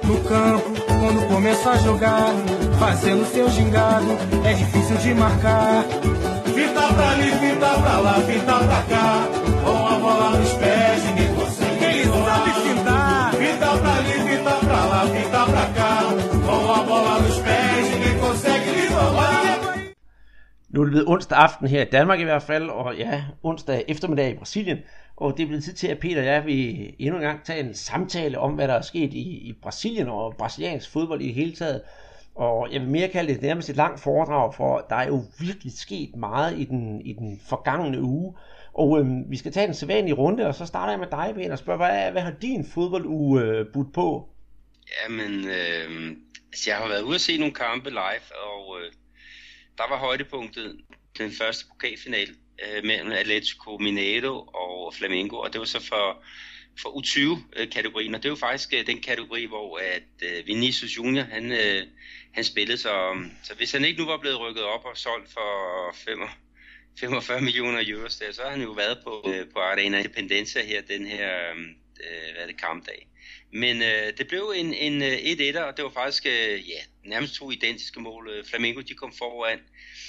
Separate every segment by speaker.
Speaker 1: No campo, quando começa a jogar, fazendo seu gingado, é difícil de marcar. Fita pra ali, fita pra lá, fita pra cá, com a bola nos pés, ninguém consegue. Ele sabe fintar. Fita pra ali, fita pra lá, fita pra cá, com a bola nos pés, ninguém consegue lhe roubar.
Speaker 2: Nu er det blevet onsdag aften her i Danmark i hvert fald, og ja, onsdag eftermiddag i Brasilien. Og det er blevet tid til, at Peter og jeg vil endnu en gang tage en samtale om, hvad der er sket i Brasilien og brasiliansk fodbold i det hele taget. Og jeg vil mere kalde det nærmest et langt foredrag, for der er jo virkelig sket meget i den forgangne uge. Og vi skal tage en sædvanlige runde, og så starter jeg med dig, Peter, og spørger, hvad har din fodbolduge budt på?
Speaker 3: Jamen, jeg har været ude at se nogle kampe live, og der var højdepunktet den første pokalfinal mellem Atlético Mineiro og Flamengo, og det var så for U20-kategorien, og det var faktisk den kategori, hvor at Vinicius Junior, han spillede, så hvis han ikke nu var blevet rykket op og solgt for 45 millioner euros, så har han jo været på Arena Independencia her, den her kampdag. Men det blev en 1-1'er, og det var faktisk nærmest 2 identiske mål. Flamengo, de kom foran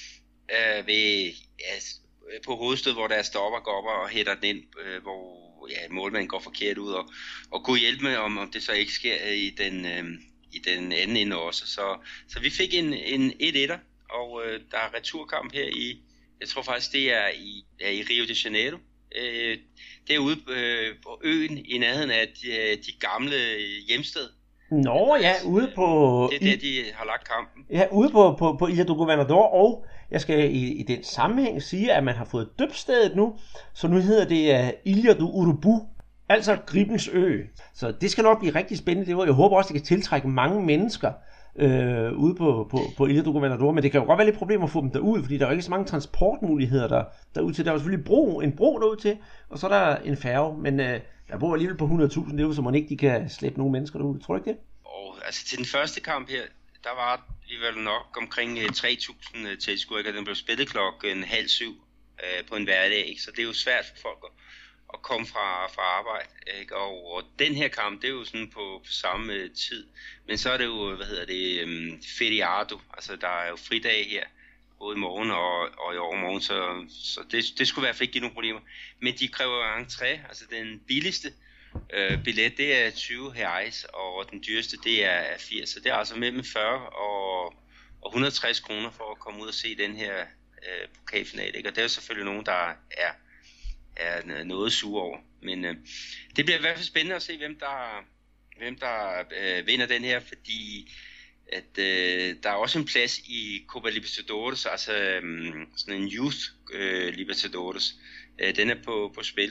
Speaker 3: på hovedstød, hvor der stopper går op og hætter den ind, hvor målmanden går forkert ud, og kunne hjælpe med, om det så ikke sker i den anden ende også. Så vi fik en 1-1'er, og der er returkamp her jeg tror faktisk det er i Rio de Janeiro. Det er ude på øen i nærheden af de gamle hjemsted.
Speaker 2: Nå ja, ude på...
Speaker 3: Det er der, de har lagt kampen.
Speaker 2: Ja, ude på Ilha do Governador, og jeg skal i den sammenhæng sige, at man har fået døbt stedet nu, så nu hedder det Ilha do Urubu, altså Gribens Ø. Så det skal nok blive rigtig spændende. Jeg håber også, det kan tiltrække mange mennesker ude på Ilha do Governador, men det kan jo godt være lidt problemer at få dem derud, fordi der er jo ikke så mange transportmuligheder derud til. Der er jo selvfølgelig en bro derud til, og så er der en færge, men der bor alligevel på 100.000, det er jo så man ikke de kan slæbe nogle mennesker derud. Tror du ikke det?
Speaker 3: Altså til den første kamp her, der var vi vel nok omkring 3.000 tilskuere. Den blev spillet 6:30 på en hverdag, ikke? Så det er jo svært for folk at komme fra arbejde, ikke? Og den her kamp, det er jo sådan på samme tid, men så er det jo, feriado, altså der er jo fridag her, både i morgen og i overmorgen, så det skulle i hvert fald ikke give nogen problemer. Men de kræver entré, altså den billigste billet, det er 20 reais, og den dyreste, det er 80, så det er altså mellem 40 og 160 kroner for at komme ud og se den her pokalfinale, ikke? Og det er jo selvfølgelig nogen, der er noget sure over, men det bliver i hvert fald spændende at se, hvem der vinder den her, fordi at der er også en plads i Copa Libertadores, altså sådan en Youth Libertadores, den er på spil,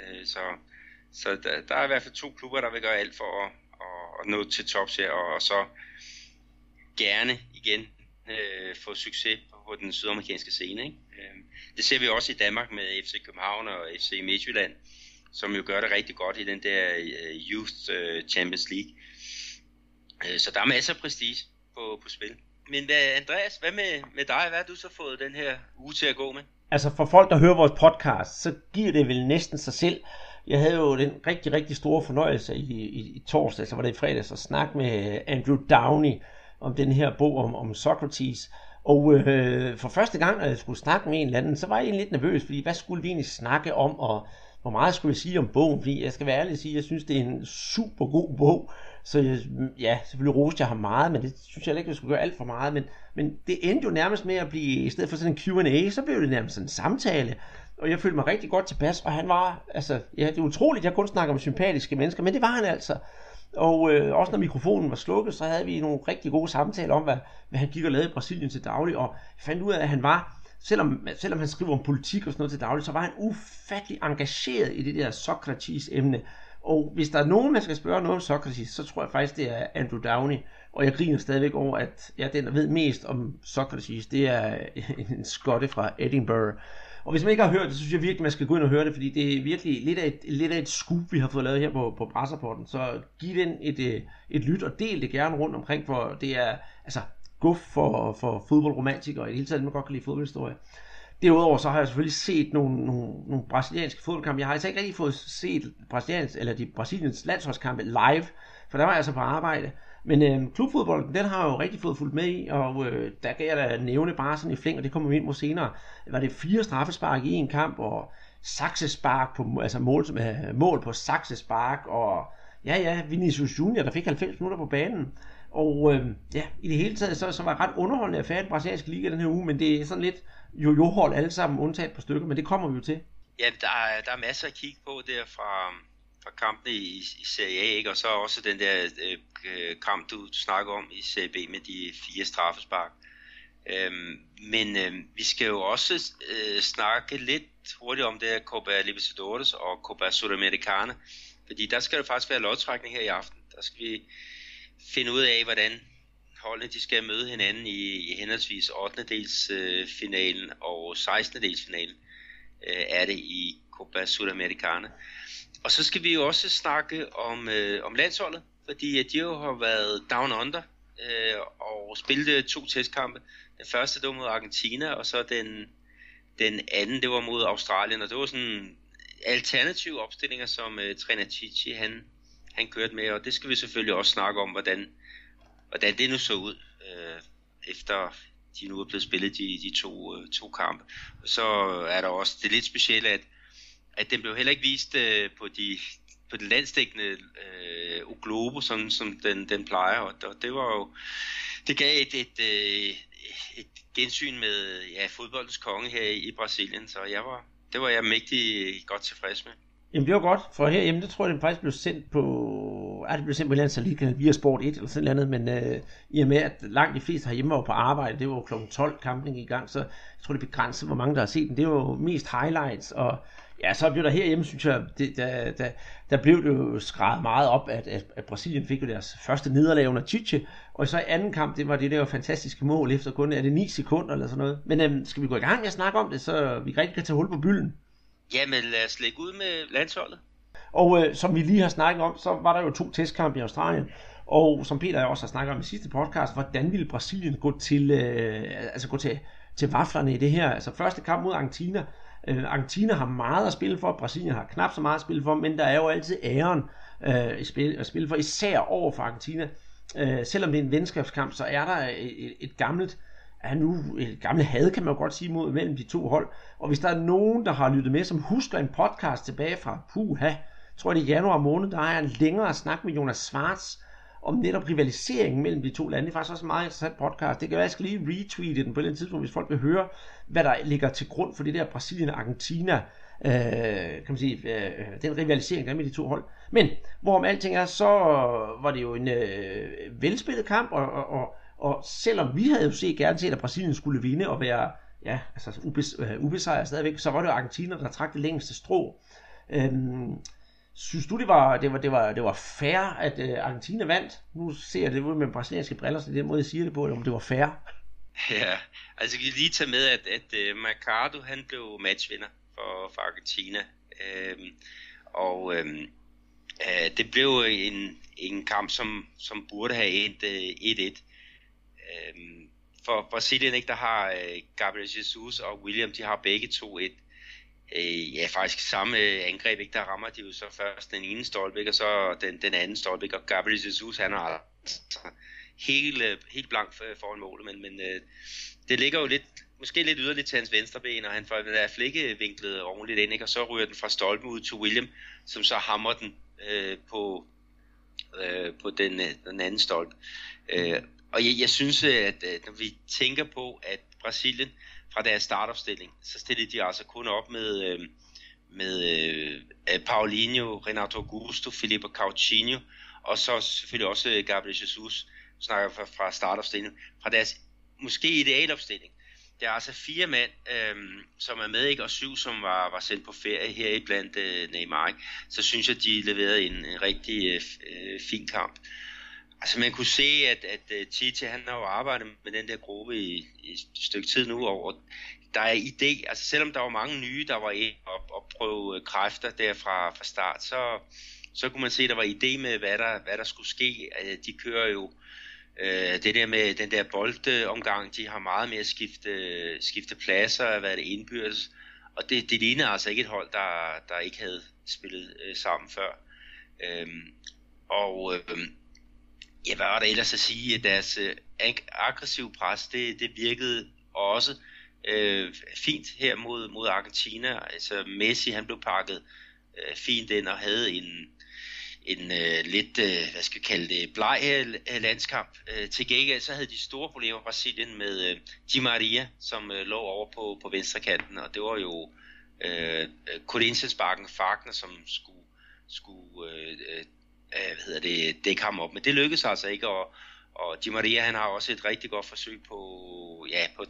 Speaker 3: så der er i hvert fald 2 klubber, der vil gøre alt for at nå til tops her, og så gerne igen få succes på den sydamerikanske scene, ikke? Det ser vi også i Danmark med FC København og FC Midtjylland, som jo gør det rigtig godt i den der Youth Champions League. Så der er masser af prestige på spil. Men Andreas, hvad med dig? Hvad har du så fået den her uge til at gå med?
Speaker 2: Altså for folk, der hører vores podcast, så giver det vel næsten sig selv. Jeg havde jo den rigtig, rigtig store fornøjelse i torsdag, så var det i fredags, at snakke med Andrew Downey om den her bog om Socrates. Og for første gang, når jeg skulle snakke med en eller anden, så var jeg egentlig lidt nervøs, fordi hvad skulle vi egentlig snakke om, og hvor meget skulle jeg sige om bogen, fordi jeg skal være ærlig og sige, at jeg synes, det er en super god bog, så selvfølgelig roste jeg ham meget, men det synes jeg ikke, jeg skulle gøre alt for meget, men det endte jo nærmest med at blive, i stedet for sådan en Q&A, så blev det nærmest sådan en samtale, og jeg følte mig rigtig godt tilpas, og han var, altså, ja, det er utroligt, jeg kun snakker om sympatiske mennesker, men det var han altså. Og også når mikrofonen var slukket, så havde vi nogle rigtig gode samtaler om, hvad han gik og lavede i Brasilien til daglig, og jeg fandt ud af, at han var, selvom han skriver om politik og sådan noget til daglig, så var han ufattelig engageret i det der Socrates-emne. Og hvis der er nogen, man skal spørge noget om Socrates, så tror jeg faktisk, det er Andrew Downey. Og jeg griner stadigvæk over, at den, der ved mest om Socrates, det er en skotte fra Edinburgh. Og hvis man ikke har hørt det, så synes jeg virkelig, man skal gå ind og høre det, fordi det er virkelig lidt af et scoop, vi har fået lavet her på Brasserporten. Så giv den et lyt, og del det gerne rundt omkring, for det er altså guf for fodboldromantikere, og i det hele taget, man godt kan lide fodboldhistorie. Derudover så har jeg selvfølgelig set nogle brasilianske fodboldkampe. Jeg har altså ikke rigtig fået set Brasiliens landsholdskampe live, for der var jeg altså på arbejde. Men klubfodbolden, den har jeg jo rigtig fået fulgt med i, og der kan jeg da nævne bare sådan i flæng, og det kommer vi ind på senere. Var det 4 straffespark i en kamp, og saksespark på, altså mål på saksespark, og Vinicius Junior, der fik 90 minutter på banen. Og i det hele taget, så var det ret underholdende at færre den brasilianske liga den her uge, men det er sådan lidt jo-jo-hold alle sammen, undtaget på stykker, men det kommer vi jo til.
Speaker 3: Ja, der er masser at kigge på der fra kampene i Serie A, ikke? Og så også den der kamp, du snakker om i Serie B med de 4 straffespark. Men vi skal jo også snakke lidt hurtigt om det her Copa Libertadores og Copa Sudamericana, fordi der skal jo faktisk være lodtrækning her i aften. Der skal vi finde ud af, hvordan holdene de skal møde hinanden i henholdsvis 8. delsfinalen og 16. delsfinalen er det i Copa Sudamericana. Og så skal vi jo også snakke om landsholdet, fordi de jo har været down under og spillet 2 testkampe. Den første, det var mod Argentina, og så den anden, det var mod Australien, og det var sådan alternative opstillinger, som træner Tite, han kørte med, og det skal vi selvfølgelig også snakke om, hvordan det nu så ud, efter de nu er blevet spillet de to kampe. Og så er der også det lidt specielle, at den blev heller ikke vist på det landsdækkende O Globo, som den plejer, og det var jo, det gav et gensyn med fodboldens konge her i Brasilien, så det var jeg mægtig godt tilfreds med.
Speaker 2: Jamen det var godt, for herhjemme, det tror jeg, det faktisk blev sendt på, det blev sendt på et eller andet via Sport 1 eller sådan noget andet, men i og med, at langt de fleste herhjemme var på arbejde, det var jo kl. 12 camping i gang, så jeg tror, det begrænset, hvor mange der har set den. Det var jo mest highlights, og ja, så blev der herhjemme, synes jeg, der blev det jo skrevet meget op, at Brasilien fik jo deres første nederlag under Tite, og så i anden kamp, det var det der fantastiske mål efter kun, er det 9 sekunder eller sådan noget. Men skal vi gå i gang med at snakke om det, så vi rigtig kan tage hul på bylden?
Speaker 3: Jamen lad os lægge ud med landsholdet.
Speaker 2: Og som vi lige har snakket om, så var der jo 2 testkampe i Australien, og som Peter også har snakket om i sidste podcast, hvordan ville Brasilien gå til vaflerne i det her? Altså første kamp mod Argentina. Argentina har meget at spille for, Brasilien har knap så meget at spille for, men der er jo altid æren at spille for, især over for Argentina. Selvom det er en venskabskamp, så er der et gammelt had, kan man jo godt sige, mellem de 2 hold. Og hvis der er nogen, der har lyttet med, som husker en podcast tilbage fra tror jeg det er januar måned, der har jeg en længere snak med Jonas Schwartz om netop rivaliseringen mellem de 2 lande. Det er faktisk også en meget interessant podcast. Det kan være, jeg skal lige retweete den på et eller andet tidspunkt, hvis folk vil høre, hvad der ligger til grund for det der Brasilien-Argentina, kan man sige, den rivalisering der med de 2 hold. Men hvorom alting er, så var det jo en velspillet kamp, og selvom vi havde jo gerne set, at Brasilien skulle vinde og være ubesejret stadigvæk, så var det jo Argentina, der trak det længste strå. Synes du, det var fair, at Argentina vandt? Nu ser jeg det ud med brasilianske briller, så det er den måde, jeg siger det på, om det var fair.
Speaker 3: Ja, altså vi kan lige tage med, at Mercado, han blev matchvinder for Argentina. Det blev en kamp, som burde have endt 1-1. For Brasilien, ikke, der har Gabriel Jesus og William, de har begge 2-1. Faktisk samme angreb, ikke? Der rammer de jo så først den ene stolpe, og så den anden stolpe, og Gabriel Jesus, han er altså helt blank foran målet, men det ligger jo måske lidt yderligt til hans venstre ben, og han får den der flækkevinklet ordentligt ind, ikke? Og så ryger den fra stolpen ud til William, som så hamrer den på den anden stolpe. Og jeg synes, at når vi tænker på, at Brasilien fra deres startopstilling, så stillede de altså kun op med Paulinho, Renato Augusto, Filippo Coutinho, og så selvfølgelig også Gabriel Jesus, snakker fra startopstillingen, fra deres måske idealopstilling. Der er altså 4 mand, som er med, ikke, og 7, som var sendt på ferie her i blandt Neymar, ikke? Så synes jeg, de leverede en rigtig fin kamp. Altså man kunne se, at Tite, han har jo arbejdet med den der gruppe i et stykke tid nu, og der er idé, altså selvom der var mange nye, der var ind og prøve kræfter der fra start, så kunne man se, at der var idé med, hvad der skulle ske. De kører jo det der med den der boldomgang, de har meget mere skifte pladser, hvad det indbyrdes, og det ligner altså ikke et hold, der ikke havde spillet sammen før. Ja, hvad var der ellers at sige? Deres aggressive pres, det virkede også fint her mod Argentina. Altså Messi, han blev pakket fint ind og havde en lidt, hvad skal jeg kalde det, bleg landskamp. Til gengæld så havde de store problemer Brasilien med Di Maria, som lå over på venstre kanten, og det var jo Corinthians Fagner, som skulle dække ham op, men det lykkedes altså ikke, og Di Maria, han har også et rigtig godt forsøg på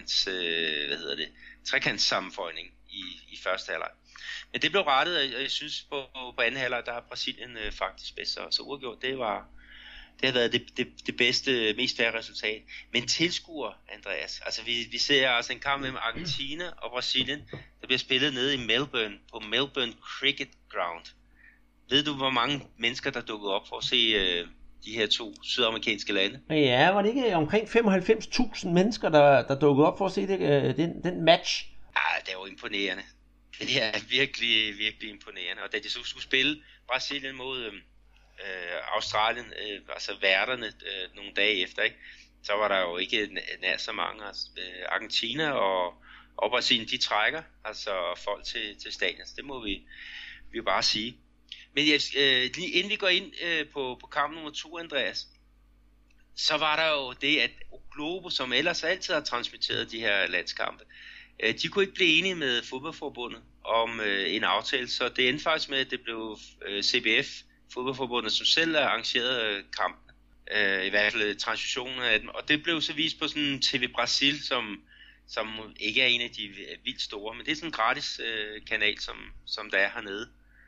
Speaker 3: trekants sammenføjning i første halvleg. Men det blev rettet, og jeg synes på anden halvleg, der er Brasilien faktisk bedst, så uafgjort, det har været det bedste, mest fair resultat. Men tilskuer, Andreas, altså vi ser altså en kamp mellem Argentina og Brasilien, der bliver spillet nede i Melbourne, på Melbourne Cricket Ground. Ved du, hvor mange mennesker, der dukkede op for at se de her to sydamerikanske lande?
Speaker 2: Ja, var det ikke omkring 95.000 mennesker, der dukkede op for at se den match?
Speaker 3: Ah, det er jo imponerende. Det er virkelig, virkelig imponerende. Og da de så skulle spille Brasilien mod Australien, altså værterne nogle dage efter, ikke? Så var der jo ikke nær så mange. Altså, Argentina og Brasilien, de trækker altså folk til stadion. Det må vi jo bare sige. Men lige inden vi går ind på kamp nummer 2, Andreas, så var der jo det, at Globo, som ellers altid har transmitteret de her landskampe, de kunne ikke blive enige med fodboldforbundet om en aftale, så det endte faktisk med, at det blev CBF, fodboldforbundet, som selv arrangerede kampen, i hvert fald transitionen af dem, og det blev så vist på sådan TV Brasil, som ikke er en af de vildt store, men det er sådan en gratis kanal, som der er hernede.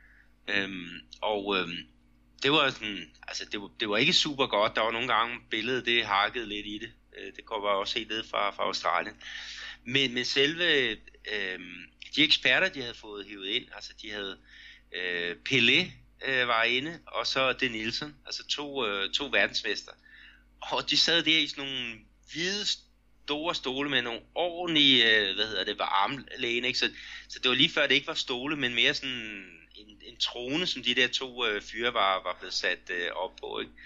Speaker 3: Det var sådan, altså det var ikke super godt. Der var nogle gange billedet, det hakkede lidt i det. Det var også helt ned fra Australien. Men selve de eksperter, de havde fået hivet ind, altså de havde Pelé var inde, og så De Nielsen, altså to verdensmester. Og de sad der i sådan nogle hvide store stole med nogle ordentlige, armlæn, ikke? Så det var lige før det ikke var stole, men mere sådan en trone, som de der to fyre var blevet sat op på, ikke?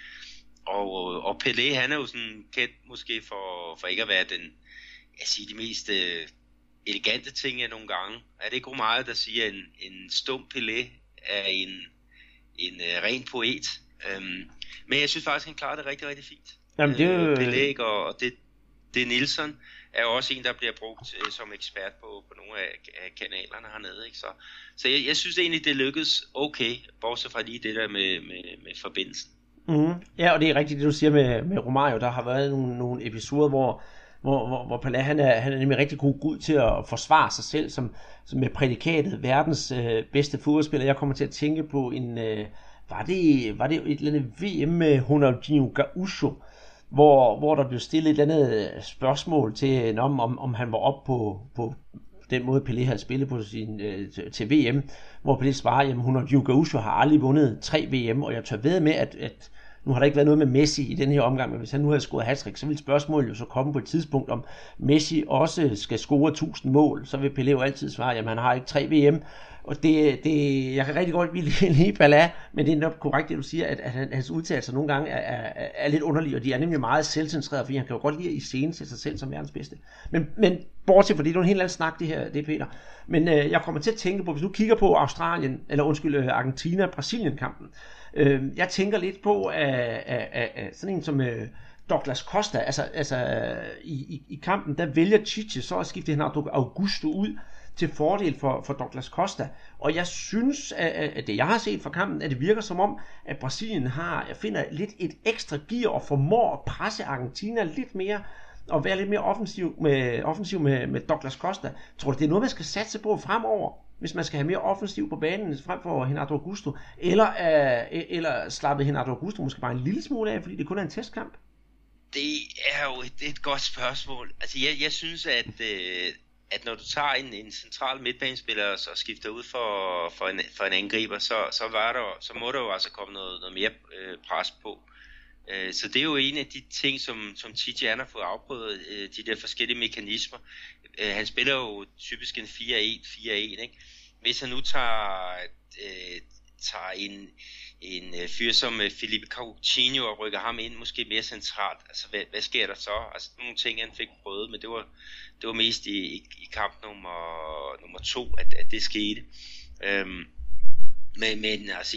Speaker 3: Og Pelé, han er jo sådan kendt måske for ikke at være de mest elegante ting nogle gange. Er det ikke Romario, der siger, at en stum Pelé er en ren poet? Men jeg synes faktisk, han klarer det rigtig, rigtig fint.
Speaker 2: Jamen, det er
Speaker 3: Pelé og det Nielsen er jo også en, der bliver brugt som ekspert på nogle af kanalerne hernede, ikke? Så jeg synes egentlig, det lykkedes okay, bortset fra lige det der med forbindelsen.
Speaker 2: Mm-hmm. Ja, og det er rigtigt, det du siger med Romario. Der har været nogle episoder, hvor Pelé, han er nemlig rigtig god til at forsvare sig selv, som med prædikatet verdens bedste fodboldspiller. Jeg kommer til at tænke på var det et eller andet VM med Ronaldinho Gaúcho, hvor der blev stillet et eller andet spørgsmål til, om han var oppe på den måde, Pelé havde spillet på til VM, hvor Pelé svarer, jamen Ronaldinho Gaúcho har aldrig vundet 3 VM, og jeg tør ved med, at nu har der ikke været noget med Messi i den her omgang, men hvis han nu havde scoret hattrick, så vil spørgsmålet jo så komme på et tidspunkt, om Messi også skal score 1000 mål, så vil Pelé jo altid svare, jamen han har ikke 3 VM, og det jeg kan rigtig godt lide Pelé, men det er nok korrekt, det du siger, at hans udtalelser nogle gange er lidt underlige, og de er nemlig meget selvcentrerede, fordi han kan jo godt lide at iscenesætte sig selv som verdens bedste. Men bortset for det er en helt anden snak, det Peter. Men jeg kommer til at tænke på, hvis du kigger på Argentina-Brasilien-kampen, jeg tænker lidt på sådan en som Douglas Costa, altså i kampen, der vælger Tite så at skifte Renato Augusto ud til fordel for Douglas Costa, og jeg synes, at det jeg har set fra kampen, at det virker som om, at Brasilien finder lidt et ekstra gear og formår at presse Argentina lidt mere, og være lidt mere offensiv med Douglas Costa. Tror du, det er noget, man skal satse på fremover, hvis man skal have mere offensiv på banen frem for Renato Augusto, eller slappede Renato Augusto måske bare en lille smule af, fordi det kun er en testkamp?
Speaker 3: Det er jo et godt spørgsmål. Altså jeg synes, at når du tager en central midtbanespiller og skifter ud for en angriber, så må der jo altså komme noget mere pres på. Så det er jo en af de ting, som Tite har fået afprøvet, de der forskellige mekanismer. Han spiller jo typisk en 4-1, ikke? Hvis han nu tager en fyr som Felipe Coutinho og rykker ham ind måske mere centralt. Altså hvad sker der så? Altså nogle ting han fik prøvet, men det var mest i kamp nummer 2 at det skete. Men altså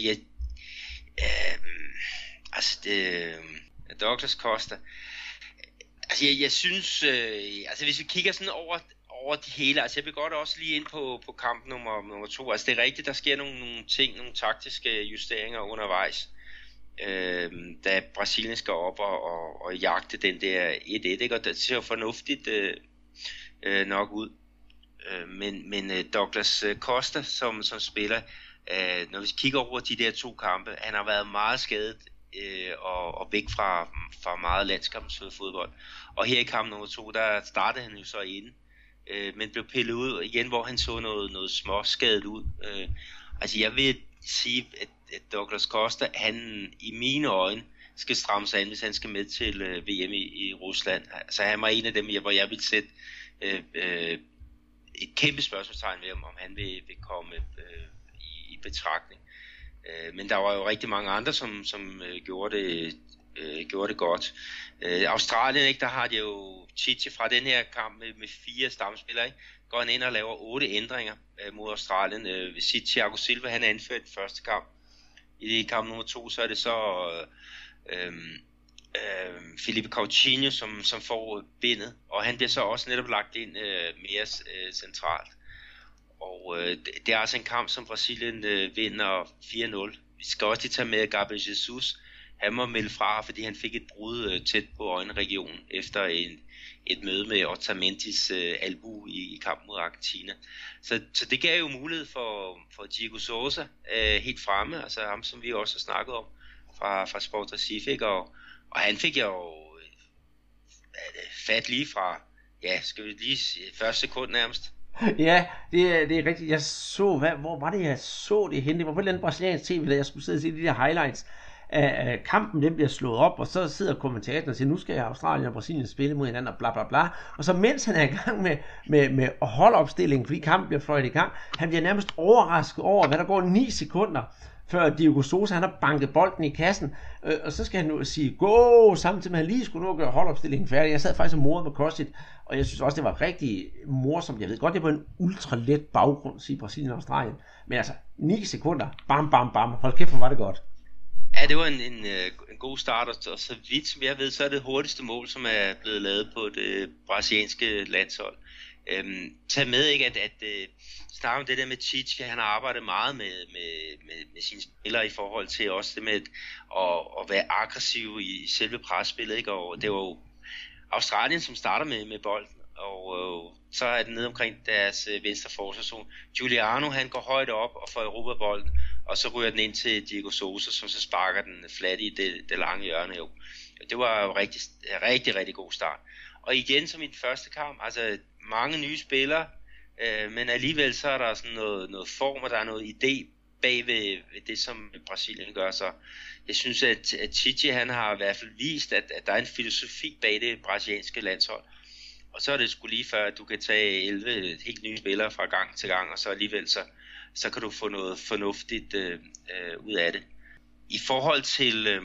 Speaker 3: Douglas Costa. Altså jeg synes altså hvis vi kigger sådan over de hele, altså jeg vil godt også lige ind på kamp nummer 2. Altså det er rigtigt, der sker nogle ting, nogle taktiske justeringer undervejs, da Brasilien skal op og jagte den der 1-1, ikke? Og det ser jo fornuftigt nok ud. Men Douglas Costa som spiller, når vi kigger over de der 2 kampe, han har været meget skadet og væk fra meget landskampsfodbold. Og her i kamp nummer 2, der startede han jo så inde, men blev pillet ud igen, hvor han så noget småskadet ud. Altså jeg vil sige, at Douglas Costa, han i mine øjne skal stramme sig an, hvis han skal med til VM i Rusland. Altså han var en af dem, hvor jeg vil sætte et kæmpe spørgsmålstegn ved, om han vil komme i betragtning. Men der var jo rigtig mange andre, som gjorde det godt. Australien, ikke, der har de jo Tite fra den her kamp med 4 stamspillere, ikke? Går han ind og laver 8 ændringer mod Australien. Thiago Silva, han anført den første kamp. I kamp nummer 2, så er det så Felipe Coutinho, som får bindet, og han bliver så også netop lagt ind mere centralt. Og det er altså en kamp, som Brasilien vinder 4-0. Vi skal også lige tage med Gabriel Jesus. Han må melde fra, fordi han fik et brud tæt på øjenregionen efter et møde med Otamendi's albu i kampen mod Argentina. Så det gav jo mulighed for Diego Souza helt fremme, altså ham, som vi også har snakket om fra Sport Recife, og han fik jo fat lige fra, ja, skal vi lige sige, første sekund nærmest.
Speaker 2: Ja, det er rigtigt. Jeg så, hvor var det, jeg så det henne? Det var på et eller andet brasiliansk tv, da jeg skulle sidde og se de der highlights af kampen, den bliver slået op, og så sidder kommentatoren og siger, nu skal Australien og Brasilien spille mod hinanden, og bla bla bla. Og så mens han er i gang med at holde opstillingen, fordi kampen bliver fløjt i gang, han bliver nærmest overrasket over, hvad der går 9 sekunder, før Diego Souza, han har banket bolden i kassen, og så skal han nu sige, gå, samtidig med, at han lige skulle nå gøre holdopstillingen færdig. Jeg sad faktisk og morede med Kostic, og jeg synes også, det var rigtig morsomt. Jeg ved godt, det var en ultralet baggrund, siger Brasilien og Australien, men altså, 9 sekunder, bam, bam, bam, hold kæft, hvor var det godt.
Speaker 3: Ja, det var en god start, og så vidt som jeg ved, så er det hurtigste mål, som er blevet lavet på det brasilianske landshold. Tag med, ikke, at snakke om det der med Tite, han har arbejdet meget med sine spillere i forhold til også det med at være aggressiv i selve presspillet, ikke? Og det var jo Australien, som starter med bolden, og så er det nede omkring deres venstre forsvarszone. Giuliano, han går højt op og får Europa bolden, og så ryger den ind til Diego Souza, som så sparker den flat i det lange hjørne. Jo. Det var jo rigtig god start. Og igen som i den første kamp, altså mange nye spillere, men alligevel så er der sådan noget form, og der er noget idé bag ved det, som Brasilien gør. Så jeg synes, at Tite, han har i hvert fald vist, at der er en filosofi bag det brasilianske landshold. Og så er det sgu lige før, at du kan tage 11 helt nye spillere fra gang til gang, og så alligevel så kan du få noget fornuftigt ud af det. I forhold til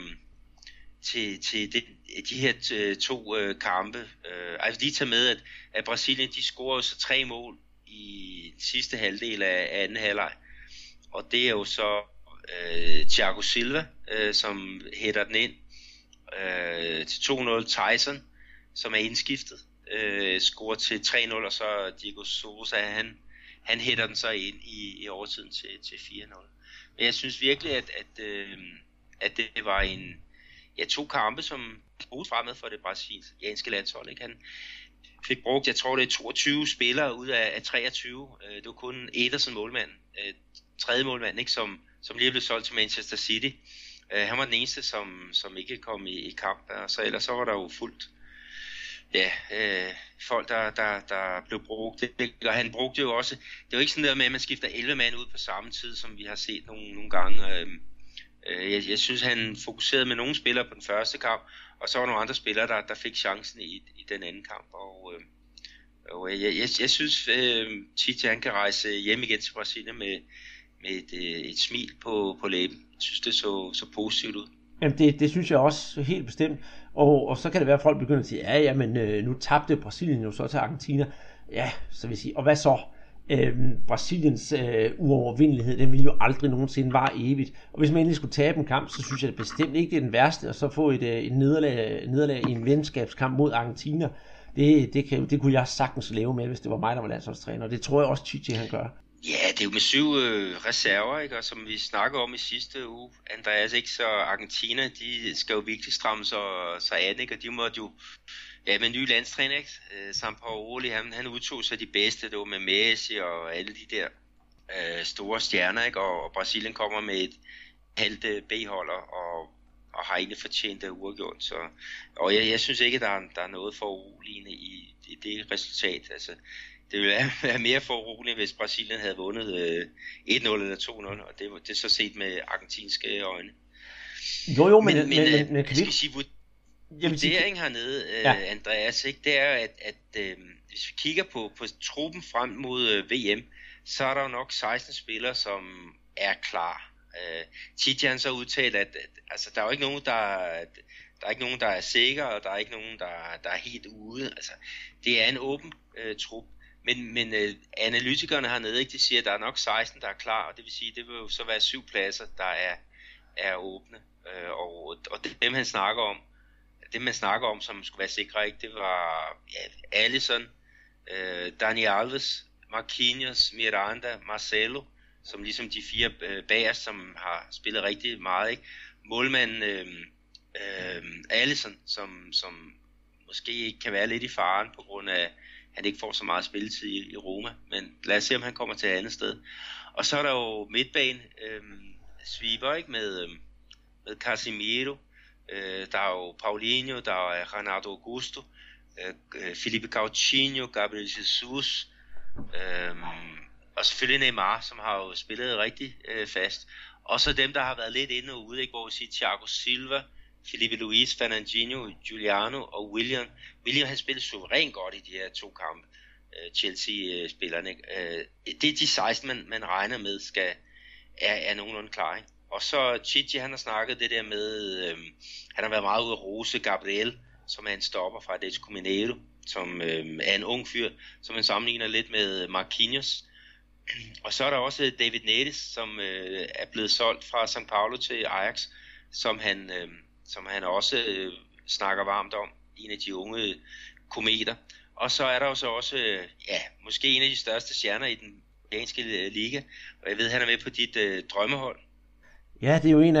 Speaker 3: de her 2 kampe, altså lige tage med, at Brasilien, de scorer jo så 3 mål i den sidste halvdel af anden halvleg. Og det er jo så Thiago Silva, som hætter den ind til 2-0. Tyson, som er indskiftet, scorer til 3-0, og så Diego Souza, han hætter den så ind i overtiden til 4-0. Men jeg synes virkelig, at det var 2 kampe, som bruges fremad for det brasilianske landshold. Ikke? Han fik brugt, jeg tror det er 22 spillere ud af 23. Det var kun Ederson målmanden, tredje målmand, ikke, som lige blev solgt til Manchester City. Han var den eneste, som ikke kom i kamp, og så ellers så var der jo fuldt folk, der blev brugt. Og han brugte jo også, det var ikke sådan der med, at man skifter 11 mand ud på samme tid, som vi har set nogle gange. Jeg synes, han fokuserede med nogle spillere på den første kamp, og så var nogle andre spillere, der fik chancen i den anden kamp. Og jeg synes, Tite, han kan rejse hjem igen til Brasilien et smil på læben. Jeg synes, det så positivt ud.
Speaker 2: Jamen det synes jeg også helt bestemt. Og så kan det være, at folk begynder at sige, jamen nu tabte Brasilien jo så til Argentina. Ja, så vil jeg sige, og hvad så? Brasiliens uovervindelighed, den vil jo aldrig nogensinde vare evigt. Og hvis man endelig skulle tabe en kamp, så synes jeg bestemt ikke, det er den værste. Og så få et nederlag i en venskabskamp mod Argentina, det kunne jeg sagtens leve med, hvis det var mig, der var landsholdstræner. Og det tror jeg også, Tite han gør.
Speaker 3: Ja, det er jo med 7 reserver, ikke? Og som vi snakkede om i sidste uge, Andreas, ikke? Så Argentina, de skal jo virkelig stramme sig an, ikke? Og de måtte jo, med ny landstræner, ikke? Sampaoli, han udtog sig de bedste, det var med Messi og alle de der store stjerner, ikke? Og Brasilien kommer med et halvt B-holder og har egentlig fortjent det uafgjort. Og jeg synes ikke, at der er noget for uroligende i det resultat, altså. Det ville være mere foruroligende, hvis Brasilien havde vundet 1-0 eller 2-0, og det er så set med argentinske øjne.
Speaker 2: Jo, men
Speaker 3: kan vi sige, vurderingen hernede, Andreas, ikke, det er, at hvis vi kigger på truppen frem mod VM, så er der jo nok 16 spillere, som er klar. Tite han så udtalt, at altså, der er jo ikke nogen, der er sikre, og der er ikke nogen, der er helt ude. Altså, det er en åben trup. Men analytikerne hernede, ikke, de siger, at der er nok 16, der er klar, og det vil sige, det vil jo så være 7 pladser, der er åbne. Og dem man snakker om, som skulle være sikre, ikke, det var Alisson, Dani Alves, Marquinhos, Miranda, Marcelo, som ligesom de 4 bagerst, som har spillet rigtig meget, ikke. Målmanden Alisson, som måske ikke kan være lidt i faren på grund af han ikke får så meget spilletid i Roma, men lad os se, om han kommer til et andet sted. Og så er der jo midtbane, sweeper, ikke, med Casemiro, der er jo Paulinho, der er Renato Augusto, Felipe Coutinho, Gabriel Jesus, og selvfølgelig Neymar, som har jo spillet rigtig fast. Og så dem, der har været lidt inde og ude, ikke, hvor vi siger Thiago Silva, Felipe Luis, Fernandinho, Giuliano og William. William han spillede suverænt godt i de her 2 kampe, Chelsea-spillerne. Det er de 16, man regner med er nogenlunde klar. Ikke? Og så Chichi, han har snakket det der med, han har været meget ude at rose Gabriel, som er en stopper fra Atletico Mineiro, som er en ung fyr, som man sammenligner lidt med Marquinhos. Og så er der også David Neres, som er blevet solgt fra São Paulo til Ajax, som han også snakker varmt om, en af de unge kometer. Og så er der jo så også, måske en af de største stjerner i den japanske liga, og jeg ved, han er med på dit drømmehold.
Speaker 2: Ja, det er jo en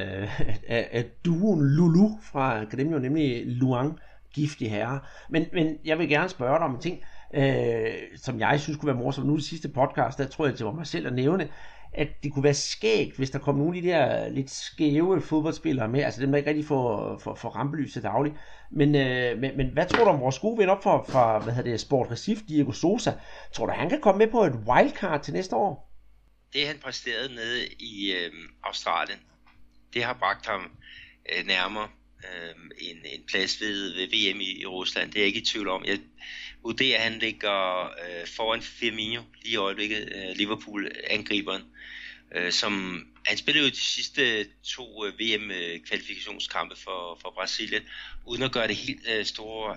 Speaker 2: af duoen Lulu fra Akademio, nemlig Luang, giftig herre. Men jeg vil gerne spørge dig om en ting, som jeg synes kunne være morsomt. Nu i sidste podcast, der tror jeg, det var mig selv at nævne, at det kunne være skægt, hvis der kom nogle af de der lidt skæve fodboldspillere med, altså dem, der ikke rigtig får rampelyset dagligt. Men hvad tror du om vores gode ven op fra Sport Recife, Diego Souza? Tror du, han kan komme med på et wildcard til næste år?
Speaker 3: Det han præsterede nede i Australien, det har bragt ham nærmere en plads ved VM i Rusland. Det er jeg ikke i tvivl om. Jeg vurderer, at han ligger foran Firmino lige i øjeblikket, Liverpool-angriberen. Som han spillede jo de sidste 2 VM-kvalifikationskampe for Brasilien, uden at gøre det helt store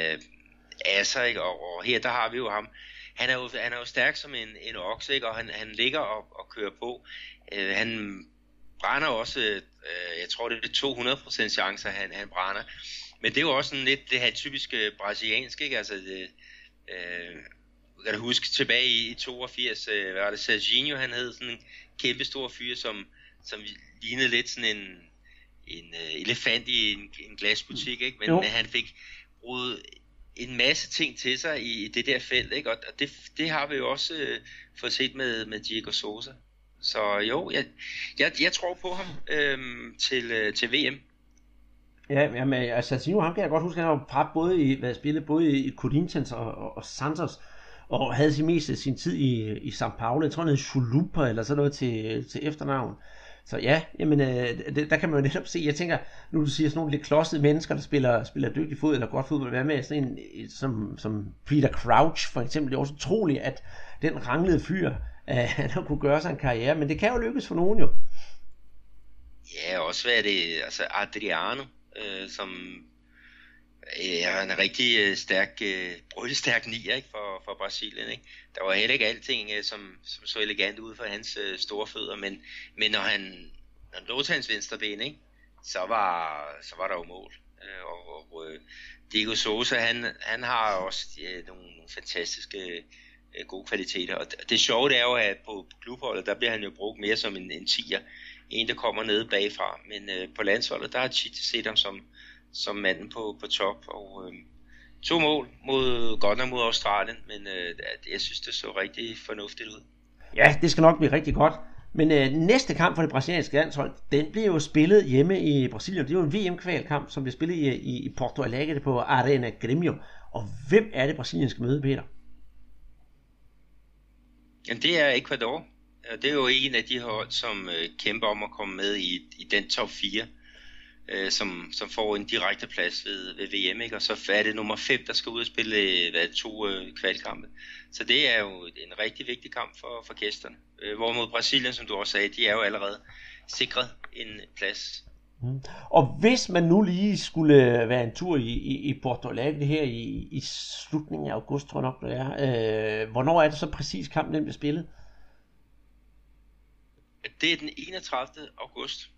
Speaker 3: af sig, ikke? Og her der har vi jo ham. Han er jo stærk som en okse, ikke? Og han ligger og kører på. Han brænder også, jeg tror det er 200% chancer, han brænder. Men det er jo også sådan lidt det her typiske brasilianske, ikke? Altså kan du huske tilbage i 82, var det Serginho, han hed, sådan en kæmpe stor fyr, som lignede lidt sådan en elefant i en glasbutik, ikke? Men han fik brugt en masse ting til sig i det der felt, ikke? Og det har vi jo også fået set med Diego Souza. Så jo, jeg tror på ham til VM.
Speaker 2: Ja, men altså Sino, ham kan jeg godt huske, han har spillet både i Corinthians og Santos, og havde sin meste sin tid i São Paulo. Jeg tror, han hed Chulupa eller sådan noget til efternavn. Så ja, jamen, der kan man jo netop se, jeg tænker, nu du siger sådan nogle lidt klodsede mennesker, der spiller dygtig fodbold eller godt fodbold, hvad med sådan en som Peter Crouch for eksempel. Det er også utroligt, at den ranglede fyr han har kunne gøre sig en karriere, men det kan jo lykkes for nogen jo.
Speaker 3: Ja, også hvad er det, altså Adriano, som er en rigtig stærk, brølstærk nier, ikke, for Brasilien, ikke? Der var heller ikke alting, som så elegant ud for hans store fødder, men når han lå til hans venstre ben, ikke, så var der jo mål. Og Diego Souza, han har også nogle fantastiske gode kvaliteter, og det sjove det er jo, at på klubholdet, der bliver han jo brugt mere som en tier, en der kommer nede bagfra, men på landsholdet, der har Tite set ham som manden på top, og 2 mål godt nok mod Australien, men jeg synes det så rigtig fornuftigt ud.
Speaker 2: Ja, det skal nok blive rigtig godt. Men næste kamp for det brasilianske landshold, den bliver jo spillet hjemme i Brasilien. Det er jo en VM-kvalkamp, som bliver spillet i Porto Alegre på Arena Grêmio. Og hvem er det brasilianske møde, Peter?
Speaker 3: Jamen, det er Ecuador. Det er jo en af de hold, som kæmper om at komme med i den top 4, som får en direkte plads ved VM, ikke? Og så er det nummer 5, der skal ud og spille 2 kvalkampe. Så det er jo en rigtig vigtig kamp for gæsterne. Hvorimod Brasilien, som du også sagde, de er jo allerede sikret en plads.
Speaker 2: Og hvis man nu lige skulle være en tur i Porto Alegre her i slutningen af august, tror jeg nok det er, hvornår er det så præcis kampen den bliver spillet?
Speaker 3: Det er den 31. august.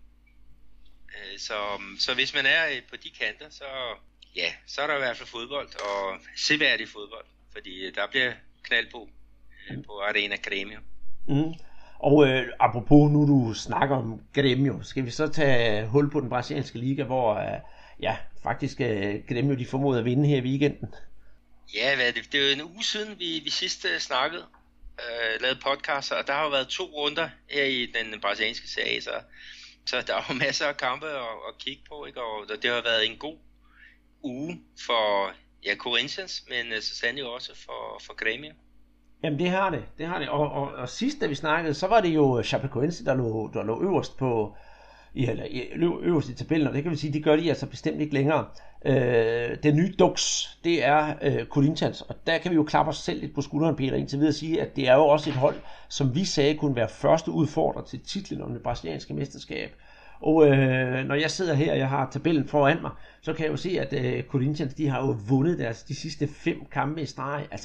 Speaker 3: Så hvis man er på de kanter, så er der i hvert fald fodbold, og seværdig fodbold, fordi der bliver knald på Arena Grêmio.
Speaker 2: Og apropos nu du snakker om Grêmio, skal vi så tage hul på den brasilianske liga, hvor faktisk Grêmio de formåede at vinde her i weekenden.
Speaker 3: Ja, det er jo en uge siden vi sidst snakkede, lavede podcast, og der har jo været 2 runder her i den brasilianske serie, så der er jo masser af kampe at kigge på, ikke? Og det har været en god uge for Corinthians, men så sandelig også for Grêmio.
Speaker 2: Jamen det har det. Og sidst da vi snakkede, så var det jo Chapecoense, der lå øverst øverst i tabellen, og det kan vi sige, det gør de altså bestemt ikke længere. Den nye Dux, det er Corinthians, og der kan vi jo klappe os selv lidt på skulderen, Peter, indtil videre at sige, at det er jo også et hold, som vi sagde kunne være første udfordrer til titlen om det brasilianske mesterskab. Og når jeg sidder her, og jeg har tabellen foran mig, så kan jeg jo se, at Corinthians, de har jo vundet de sidste 5 kampe i streg. Altså,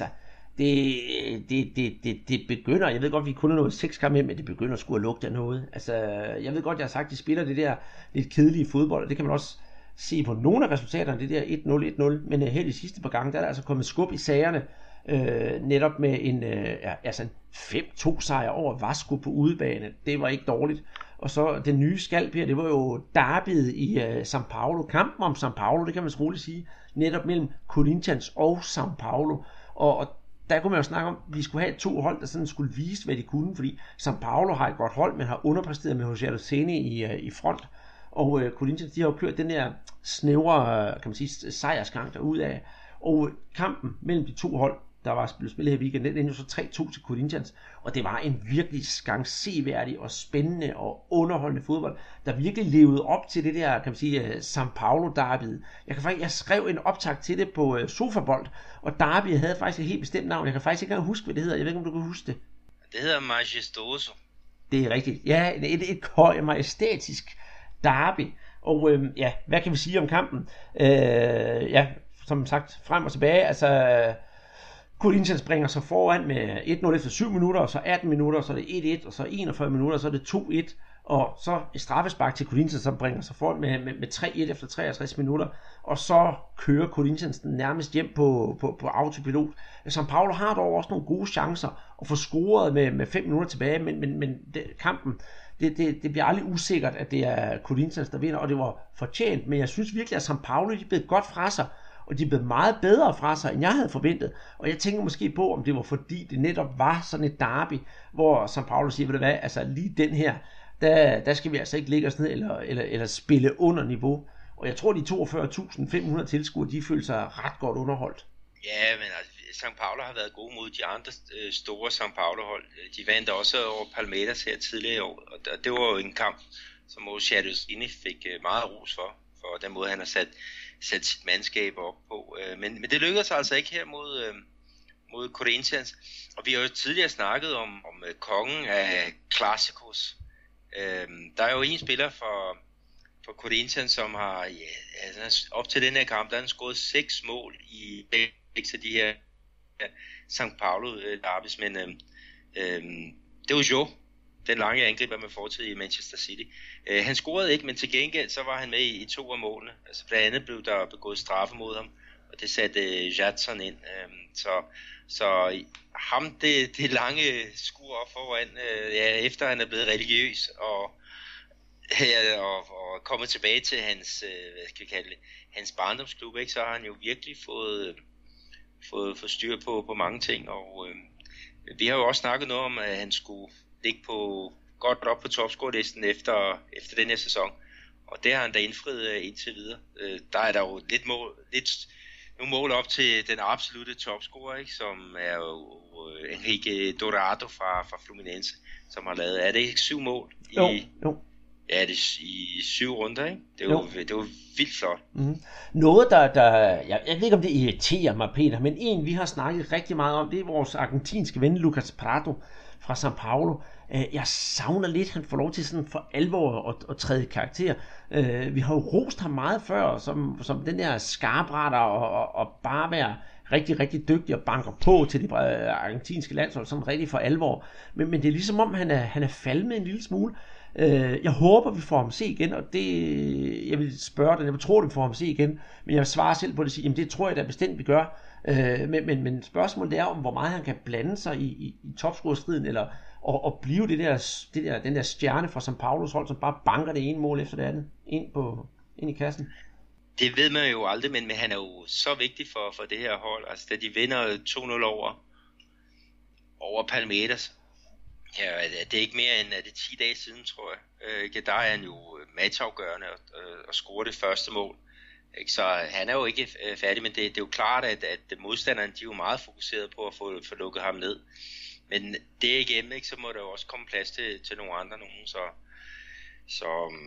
Speaker 2: det begynder, jeg ved godt, vi kun har nået 6 kampe, men det begynder sgu at lugte af noget. Altså, jeg ved godt, jeg har sagt, de spiller det der lidt kedelige fodbold, og det kan man også se på nogle af resultaterne, det der 1-0, men her de sidste par gange, der er der altså kommet skub i sagerne, netop med en 5-2 sejr over Vasco på udebane. Det var ikke dårligt. Og så den nye skalp her, det var jo derbyet i São Paulo, kampen om São Paulo, det kan man roligt sige, netop mellem Corinthians og São Paulo, og der kunne man jo snakke om, at vi skulle have 2 hold, der sådan skulle vise, hvad de kunne, fordi São Paulo har et godt hold, men har underpræsteret med José Luceni i front, og Corinthians, de har jo kørt den der snævre, kan man sige, sejrsgang derud af, og kampen mellem de 2 hold, der var blevet spillet her i weekenden, den endte jo så 3-2 til Corinthians, og det var en virkelig seværdig og spændende og underholdende fodbold, der virkelig levede op til det der, kan man sige, São Paulo derbyet. Jeg skrev en optakt til det på Sofabold, og derbyet havde faktisk et helt bestemt navn. Jeg kan faktisk ikke engang huske, hvad det hedder. Jeg ved ikke, om du kan huske det.
Speaker 3: Det hedder Majestoso.
Speaker 2: Det er rigtigt. Ja, et majestætisk derby. Og hvad kan vi sige om kampen? Som sagt, frem og tilbage. Altså, Corinthians springer sig foran med 1-0 efter 7 minutter, og så 18 minutter, så er det 1-1, og så 41 minutter, og så er det 2-1, og så et straffespark til Corinthians, som bringer sig foran med 3-1 efter 63 minutter, og så kører Corinthians den nærmest hjem på autopilot. São Paulo har dog også nogle gode chancer at få scoret med 5 minutter tilbage, men kampen, det bliver aldrig usikkert, at det er Corinthians, der vinder, og det var fortjent, men jeg synes virkelig, at São Paulo de blev godt fra sig, og de blev meget bedre fra sig, end jeg havde forventet. Og jeg tænker måske på, om det var fordi, det netop var sådan et derby, hvor São Paulo siger, ved du hvad, altså lige den her, der skal vi altså ikke ligge os ned eller spille under niveau. Og jeg tror, de 42.500 tilskuere, de føler sig ret godt underholdt.
Speaker 3: Ja, men altså, São Paulo har været gode mod de andre store São Paulo-hold. De vandt også over Palmeiras her tidligere i år, og det var jo en kamp, som José Luceni fik meget ros for den måde, han har sat sit mandskab op på. Men det lykkedes altså ikke her mod Corinthians. Og vi har jo tidligere snakket om kongen af Clásicos. Der er jo en spiller for Corinthians, som har op til den her kamp, der har han scoret 6 mål i begge af de her São Paulo derbys, men det var jo den lange angriber med fortid i Manchester City. Han scorede ikke, men til gengæld så var han med i 2 af målene. Altså blandt andet blev der begået straffe mod ham, og det satte Jadson ind. Så ham det lange skur op foran, efter han er blevet religiøs og kommet tilbage til hans, hans barndomsklub, ikke, så har han jo virkelig fået styr på mange ting, og vi har jo også snakket noget om, at han skulle ligge godt op på topscorelisten efter den her sæson, og det har han da indfriet indtil videre. Der er der jo nogle mål op til den absolutte topscorer, ikke, som er jo Henrique Dourado fra Fluminense, som har lavet, er det ikke 7 mål?
Speaker 2: Jo.
Speaker 3: Ja, det er i 7 runder, ikke? Det er jo vildt flot.
Speaker 2: Mm. Noget, jeg ved ikke, om det irriterer mig, Peter, men en, vi har snakket rigtig meget om, det er vores argentinske ven, Lucas Prado fra São Paulo. Jeg savner lidt, han får lov til sådan for alvor at træde karakter. Vi har jo rost ham meget før, som den der skarpretter og bare være rigtig, rigtig dygtig og banker på til det argentinske landshold, sådan rigtig for alvor. Men det er ligesom om, han er falmet en lille smule. Jeg håber, vi får ham se igen, og det, jeg vil spørge dig, jeg tror, vi får ham se igen, men jeg vil svare selv på det og sige, jamen det tror jeg da bestemt, vi gør. Men spørgsmålet er om, hvor meget han kan blande sig i topscorerstriden, eller og blive den der stjerne fra São Paulos hold, som bare banker det ene mål efter det andet ind i kassen.
Speaker 3: Det ved man jo aldrig, men han er jo så vigtig for det her hold. Altså, da de vinder 2-0 over Palmeiras, ja, det er ikke mere end 10 dage siden, tror jeg. Der er han jo matchafgørende og scorer det første mål. Ikke? Så han er jo ikke færdig, men det er jo klart, at modstanderne, de er jo meget fokuseret på at få lukket ham ned. Men det er igennem, ikke? Så må der jo også komme plads til nogle andre nogen. Så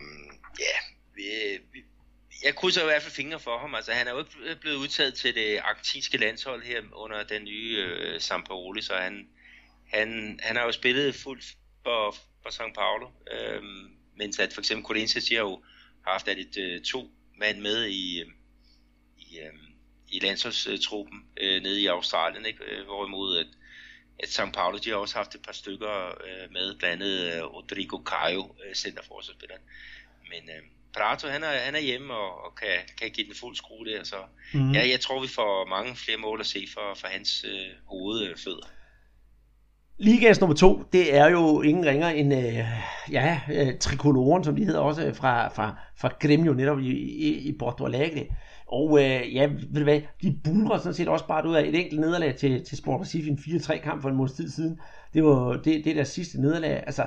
Speaker 3: jeg krydser i hvert fald fingre for ham. Altså, han er jo ikke blevet udtaget til det argentinske landshold her under den nye Sampaoli, så han har jo spillet fuldt for São Paulo, mens at for eksempel Corinthians har jo haft 2 mand med i landsholdstruppen nede i Australien, ikke? Hvorimod at São Paulo, de har også haft et par stykker med, blandt andet Rodrigo Caio, centerforsvarsspilleren. Men Prato, han er hjemme og kan give den fuld skrue der, så jeg tror, vi får mange flere mål at se for hans hovedfødder.
Speaker 2: Ligas nummer 2, det er jo ingen ringer end Tricoloren, som de hedder også fra Grêmio, netop i Porto Alegre. Og ved du hvad, de buldrer sådan set også bare ud af et enkelt nederlag til Sport Recife, en 4-3 kamp for en måneds tid siden. Det var det der sidste nederlag, altså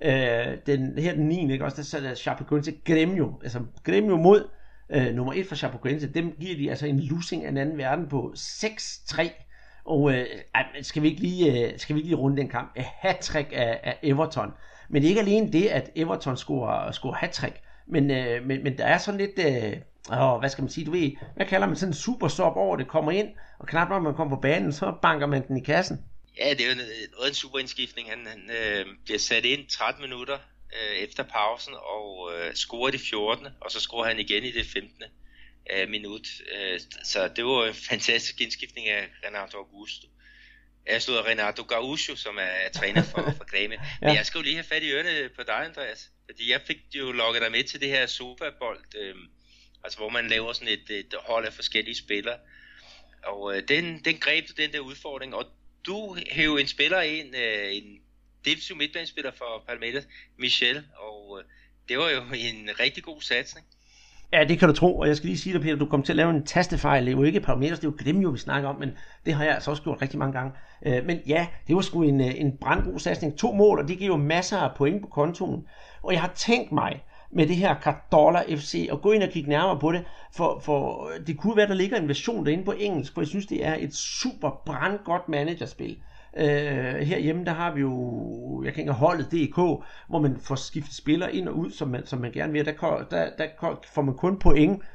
Speaker 2: den 9. ikke også, der sad Chapecoense Grêmio, altså Grêmio mod nummer 1 for Chapecoense, dem giver de altså en losing af en anden verden på 6-3. Og skal vi ikke lige runde den kamp? Hattrick af Everton. Men det er ikke alene det, at Everton scorer hattrick, men der er sådan lidt, hvad skal man sige, du ved, hvad kalder man sådan en super sub over, det kommer ind, og knap når man kommer på banen, så banker man den i kassen.
Speaker 3: Ja, det er jo noget en super indskiftning. Han bliver sat ind 13 minutter efter pausen, og scorer det 14. og så scorer han igen i det 15. minut. Så det var en fantastisk indskiftning af Renato Augusto. Jeg slår Renato Gaúcho, som er træner for Grêmio. Men jeg skal jo lige have fat i ørene på dig, Andreas. Fordi jeg fik jo lukket dig med til det her sofabold, altså hvor man laver sådan et hold af forskellige spillere. Og den greb du den der udfordring, og du hævde en spiller ind, en defensiv midtbanespiller for Palmeiras, Michel, og det var jo en rigtig god satsning.
Speaker 2: Ja, det kan du tro, og jeg skal lige sige dig, Peter, du kom til at lave en tastefejl. Det er jo ikke Palmeiras, det er jo Grêmio, vi snakker om, men det har jeg altså også gjort rigtig mange gange. Men ja, det var sgu en brandgod satsning. 2 mål, og det giver jo masser af point på kontoen. Og jeg har tænkt mig med det her Cartola FC at gå ind og kigge nærmere på det, for det kunne være, der ligger en version derinde på engelsk, for jeg synes, det er et super brandgodt managerspil. Herhjemme, der har vi jo, jeg kan ikke holdet DK, hvor man får skiftet spillere ind og ud, som man gerne vil. Der får man kun point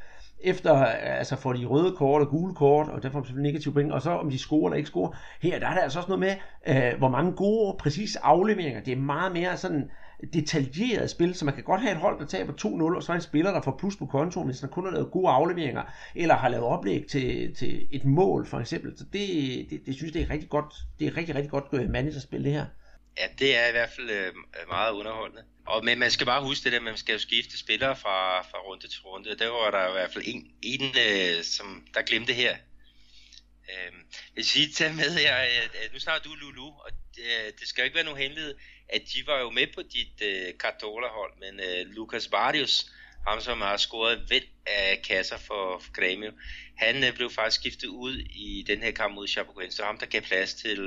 Speaker 2: efter, altså får de røde kort og gule kort, og der får de selvfølgelig negative point, og så om de scorer eller ikke scorer. Her der er der altså også noget med, hvor mange gode, præcise afleveringer. Det er meget mere sådan detaljeret spil, så man kan godt have et hold, der taber 2-0, og så er en spiller, der får plus på kontoen, hvis han kun har lavet gode afleveringer, eller har lavet oplæg til et mål, for eksempel. Så det synes jeg, det er rigtig godt. Det er rigtig, rigtig godt managerspil, det her.
Speaker 3: Ja, det er i hvert fald meget underholdende. Men man skal bare huske det, at man skal jo skifte spillere fra runde til runde. Der var der i hvert fald en som der glemte her. Jeg vil sige til med her, nu snakker du Lulu, og det skal jo ikke være nogen hemmelighed, at de var jo med på dit Cartola-hold, men Lucas Barrios, ham som har scoret væld af kasser for Grêmio, han blev faktisk skiftet ud i den her kamp mod Chapecoense, så ham der gav plads til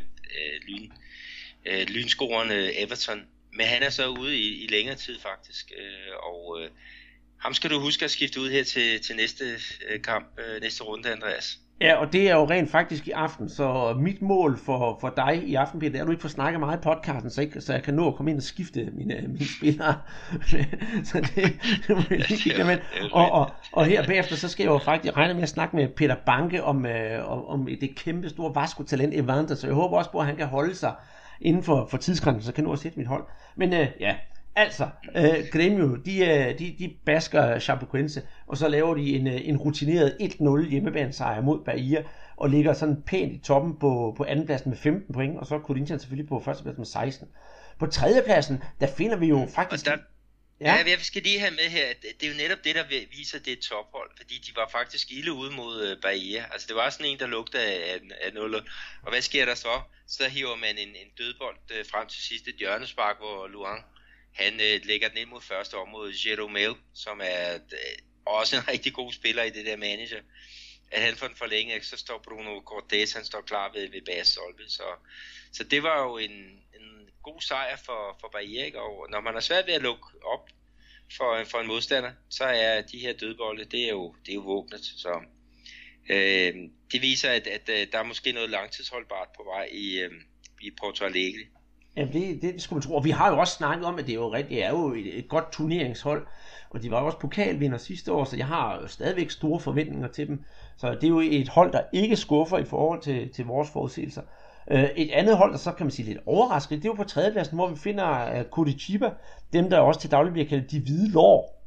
Speaker 3: lynscoren Everton. Men han er så ude i længere tid faktisk, og ham skal du huske at skifte ud her til næste kamp, næste runde, Andreas.
Speaker 2: Ja, og det er jo rent faktisk i aften, så mit mål for dig i aften, Peter, det er, at du ikke får snakket meget i podcasten, så jeg kan nå at komme ind og skifte mine spillere. Så det må jeg lige kigge med. Og her bagefter, så skal jeg jo faktisk regne med at snakke med Peter Banke om det kæmpe store Vasco-talent Evander, så jeg håber også på, at han kan holde sig inden for tidsgrænsen, så kan jeg nå at sætte mit hold. Men ja, altså, Grêmio, de basker Chapecoense, og så laver de en rutineret 1-0 hjemmebanesejr mod Bahia, og ligger sådan pænt i toppen på andenpladsen med 15 point, og så er Corinthians selvfølgelig på førstepladsen med 16. På tredjepladsen, der finder vi jo faktisk...
Speaker 3: Ja, jeg skal lige have med her, at det er jo netop det, der viser, det er et tophold, fordi de var faktisk ilde ude mod Bahia. Altså det var sådan en, der lugtede af 0. Og hvad sker der så? Så hiver man en dødbold frem til sidste hjørnespark, hvor Luan, han lægger den ind mod første område, Jeromel, som er også en rigtig god spiller i det der manager. At han får den forlænget, så står Bruno Cortés, han står klar ved basstolpe. Så det var jo en god sejr for Bahia, ikke? Og når man er svært ved at lukke op for en modstander, så er de her dødbolde, det er jo våbnet. Så det viser, at der er måske noget langtidsholdbart på vej i Porto Alegre.
Speaker 2: Ja, det skulle man tro. Og vi har jo også snakket om, at det er jo et godt turneringshold, og de var også pokalvinder sidste år, så jeg har stadigvæk store forventninger til dem. Så det er jo et hold, der ikke skuffer i forhold til vores forudsigelser. Et andet hold, der så kan man sige lidt overrasket, det er jo på tredjepladsen, hvor vi finder Curitiba, dem der også til daglig bliver kaldt de hvide lår.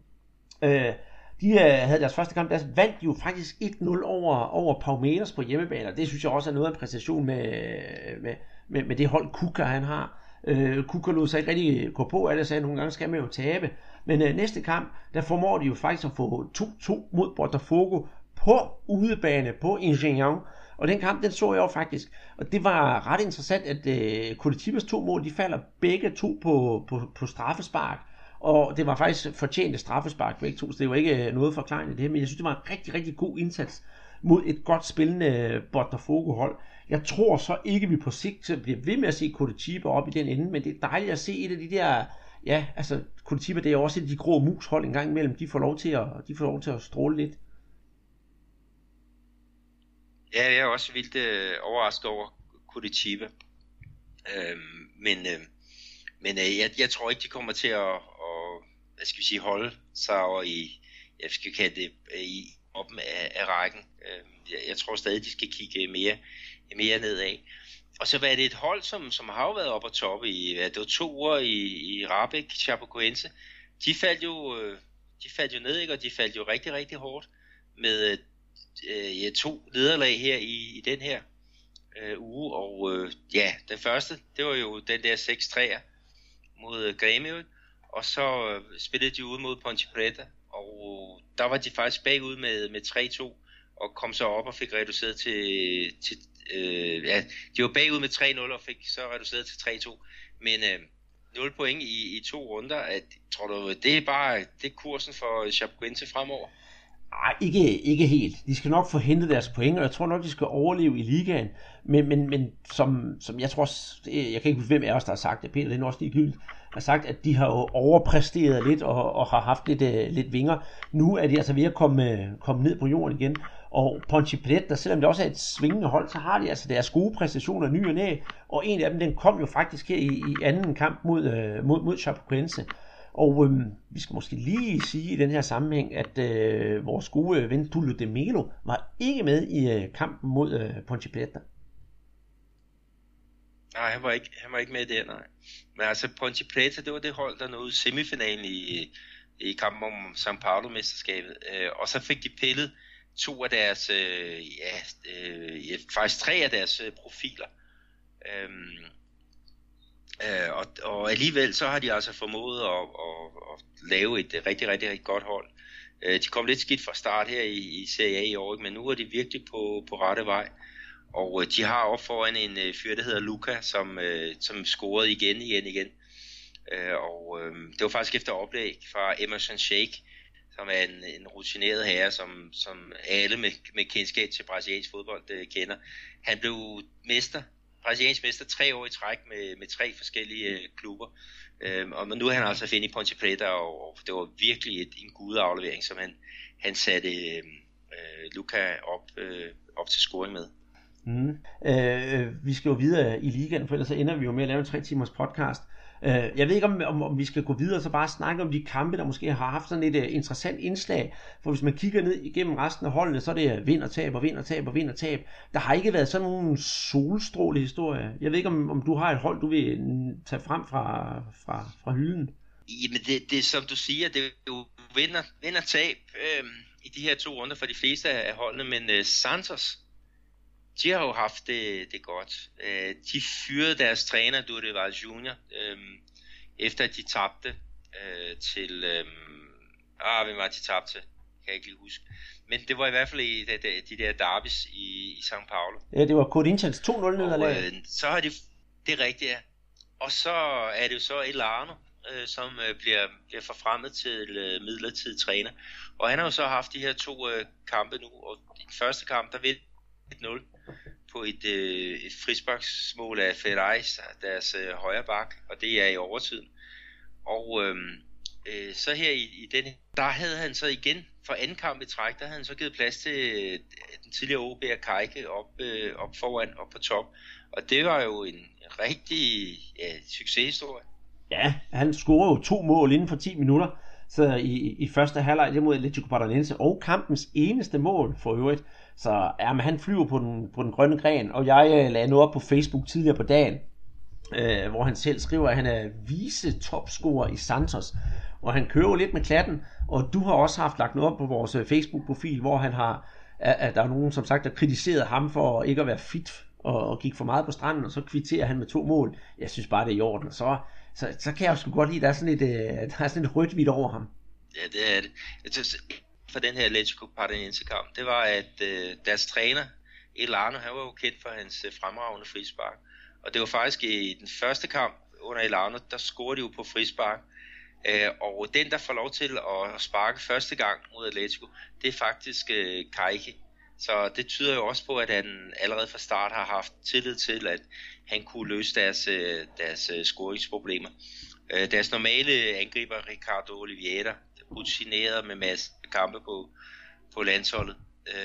Speaker 2: De havde deres første kamp, der vandt jo faktisk 1-0 over Palmeiras på hjemmebane, og det synes jeg også er noget af en præstation med det hold Cuca han har. Cuca lod sig ikke rigtig gå på, ellers sagde nogle gange skal man jo tabe. Men næste kamp, der formår de jo faktisk at få 2-2 mod Botafogo på udebane på Engenhão. Og den kamp, den så jeg jo faktisk. Og det var ret interessant, at Curitiba's 2 mål, de falder begge to på straffespark. Og det var faktisk fortjente straffespark begge to, så det var ikke noget forklarende i det her. Men jeg synes, det var en rigtig, rigtig god indsats mod et godt spillende Botafogo-hold. Jeg tror så ikke, vi på sigt bliver ved med at se Curitiba op i den ende, men det er dejligt at se et af de der... Ja, altså Curitiba, det er også et af de grå mushold en gang imellem. De får lov til at stråle lidt.
Speaker 3: Ja, jeg er også vildt overrasket over Curitiba. Men jeg tror ikke, de kommer til at hvad skal vi sige, holde sig over i, jeg skal kalde det, i oppen af rækken. Jeg tror stadig, de skal kigge mere nedad. Og så var det et hold, som har jo været oppe og toppe i, det var 2 uger i Rabeck, Chapecoense. De faldt jo ned, ikke? Og de faldt jo rigtig, rigtig hårdt med 2 nederlag her i den her uge. Og den første, det var jo den der 6-3'er mod Grêmio, og så spillede de ude mod Ponte Preta, og der var de faktisk bagud med 3-2, og kom så op og fik reduceret til de var bagud med 3-0 og fik så reduceret til 3-2, men 0 point i 2 runder. Tror du, det er kursen for Chapecoense fremover?
Speaker 2: Nej, ikke helt. De skal nok få hentet deres point, og jeg tror nok, de skal overleve i ligaen. Men som jeg tror, jeg kan ikke huske, hvem af os, der har sagt det, Peter, det er også ligegyldigt, har sagt, at de har jo overpræsteret lidt og har haft lidt vinger. Nu er de altså ved at komme ned på jorden igen. Og Ponte Preta, selvom det også er et svingende hold, så har de altså deres gode præstationer ny og næ. Og en af dem, den kom jo faktisk her i anden kamp mod Chapecoense. Og vi skal måske lige sige i den her sammenhæng, at vores gode ven Tullio De Melo var ikke med i kampen mod Ponte Preta.
Speaker 3: Nej, han var ikke med der, nej. Men altså Ponte Preta, det var det hold, der nåede semifinalen i kampen om São Paulo-mesterskabet. Og så fik de pillet to af deres, faktisk tre af deres profiler. Og alligevel så har de altså formået at lave et rigtig, rigtig, rigtig godt hold. De kom lidt skidt fra start her i Serie A i år, men nu er de virkelig på rette vej. Og de har op foran en fyr, der hedder Luca, som scorede igen. Og det var faktisk efter oplæg fra Emerson Sheik, som er en rutineret herre, som alle med kendskab til brasiliansk fodbold kender. Han blev brasiliansk mester 3 år i træk med 3 forskellige klubber. Og nu er han altså finde i Ponte Preta, og det var virkelig en gudaflevering, som han satte Luca op til scoring med.
Speaker 2: Vi skal jo videre i ligaen, for ellers så ender vi jo med at lave en 3 timers podcast. Jeg ved ikke, om vi skal gå videre og så bare snakke om de kampe, der måske har haft sådan et interessant indslag. For hvis man kigger ned igennem resten af holdene, så er det vind og tab. Der har ikke været sådan nogen solstråle historie. Jeg ved ikke, om du har et hold, du vil tage frem fra hylden.
Speaker 3: Jamen det som du siger, det er jo vind og tab i de her 2 runder for de fleste af holdene, men Santos, de har jo haft det godt. De fyrede deres træner, Dorival Junior, efter at de tabte til... hvem var de tabte? Kan jeg ikke lige huske. Men det var i hvert fald i de der derbys i São Paulo.
Speaker 2: Ja, det var Corinthians 2-0 nederlag.
Speaker 3: Så har de... Det er rigtigt, ja. Og så er det jo så Elano, som bliver forfremmet til midlertidig træner. Og han har jo så haft de her 2 kampe nu. Og i den første kamp, der vil 1-0 på et frisparksmål af Ferreira, deres højre bak, og det er i overtiden. Og så her i den, der havde han så igen for anden kamp i træk, der havde han så givet plads til den tidligere OB'er Kajke op foran, op på top. Og det var jo en rigtig succeshistorie.
Speaker 2: Ja, han scorede jo 2 mål inden for 10 minutter, så i første halvleg mod Atlético Paranaense, og kampens eneste mål for øvrigt. Så men han flyver på den grønne gren, og jeg lagde noget op på Facebook tidligere på dagen, hvor han selv skriver, at han er vice topscorer i Santos, og han kører lidt med klatten, og du har også haft lagt noget op på vores Facebook-profil, hvor han at der er nogen, som sagt, der kritiserede ham for ikke at være fit, og gik for meget på stranden, og så kvitterer han med 2 mål. Jeg synes bare, det er i orden. Så kan jeg jo sgu godt lide, at der er sådan et rødt-hvidt over ham.
Speaker 3: Ja, det er det. Jeg synes, for den her Atlético Paranaense kamp, det var, at deres træner, Elano, han var jo kendt for hans fremragende frispark. Og det var faktisk i den første kamp under Elano, der scorede de jo på frispark. Og den, der får lov til at sparke første gang mod Atlético, det er faktisk Kajke. Så det tyder jo også på, at han allerede fra start har haft tillid til, at han kunne løse deres scoringsproblemer. Deres normale angriber, Ricardo Oliveira, rutineret med masser af kampe på landsholdet.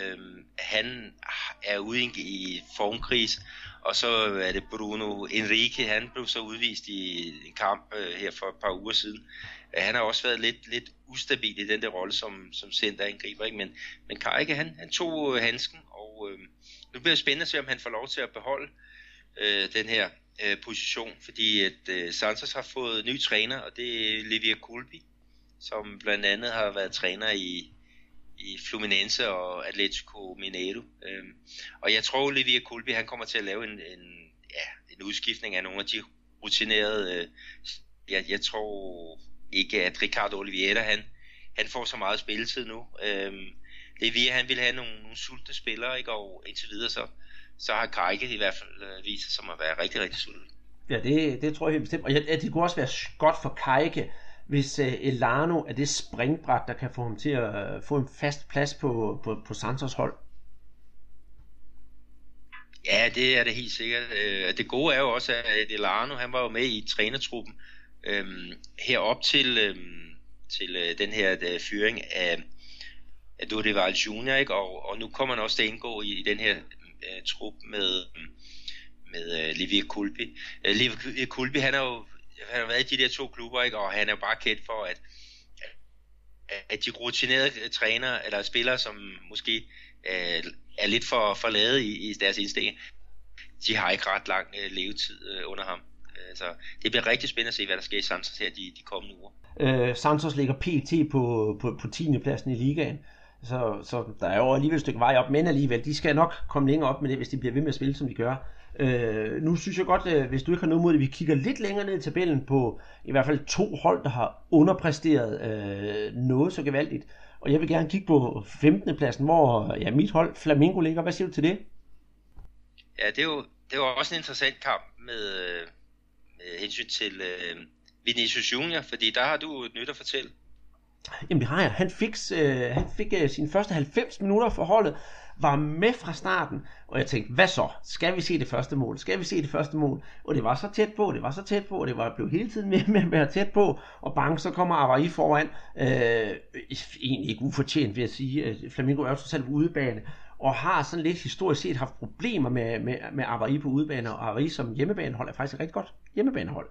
Speaker 3: Han er ude i formkrise, og så er det Bruno Henrique, han blev så udvist i en kamp her for et par uger siden. Han har også været lidt ustabil i den der rolle som centerangriber, ikke? Men Kajke, han tog handsken, og nu bliver det spændende at se, om han får lov til at beholde den her position, fordi at Santos har fået ny træner, og det er Livia Culpi, som blandt andet har været træner i Fluminense og Atlético Mineiro. Og jeg tror, Livia Culpi, han kommer til at lave en udskiftning af nogle af de rutinerede. Jeg tror ikke, at Ricardo Oliveira, han får så meget spilletid nu. Livia, han vil have nogle sultne spillere, ikke? Og indtil videre, så har Kajke i hvert fald vist sig som at være rigtig, rigtig sulten.
Speaker 2: Ja, det tror jeg helt bestemt. Og det kunne også være godt for Kajke, hvis Elano er det springbræt, der kan få ham til at få en fast plads på Santos hold.
Speaker 3: Ja, det er det helt sikkert. Det gode er jo også, at Elano, han var jo med i trænertruppen herop til den her fyring af Dorival Junior, ikke? Og nu kommer han også til at indgå i den her trup med Livia Culpi. Livia Culpi, han er jo han har været i de der 2 klubber, ikke? Og han er jo bare kendt for, at de rutinerede trænere, eller spillere, som måske er lidt for lade i deres indstilling, de har ikke ret lang levetid under ham. Så det bliver rigtig spændende at se, hvad der sker i Santos her de kommende uger.
Speaker 2: Santos ligger pt. på 10. pladsen i ligaen, så der er jo alligevel et stykke vej op, men alligevel, de skal nok komme længere op med det, hvis de bliver ved med at spille, som de gør. Nu synes jeg godt, hvis du ikke har noget mod det, vi kigger lidt længere ned i tabellen på i hvert fald 2 hold, der har underpræsteret noget så gevaldigt. Og jeg vil gerne kigge på 15. pladsen, hvor mit hold, Flamengo, ligger. Hvad siger du til det?
Speaker 3: Ja, det var også en interessant kamp med hensyn til Vinicius Junior, fordi der har du et nyt at fortælle.
Speaker 2: Jamen det har jeg. Han fik sine første 90 minutter for holdet, var med fra starten, og jeg tænkte, hvad så? Skal vi se det første mål? Og det var så tæt på, og det blev hele tiden med at være tæt på, og bang, så kommer Avaí foran. Egentlig ikke ufortjent, vil jeg sige. Flamengo er jo totalt på udebane, og har sådan lidt historisk set haft problemer med Avaí på udebane, og Avaí som hjemmebanehold er faktisk et rigtig godt hjemmebanehold.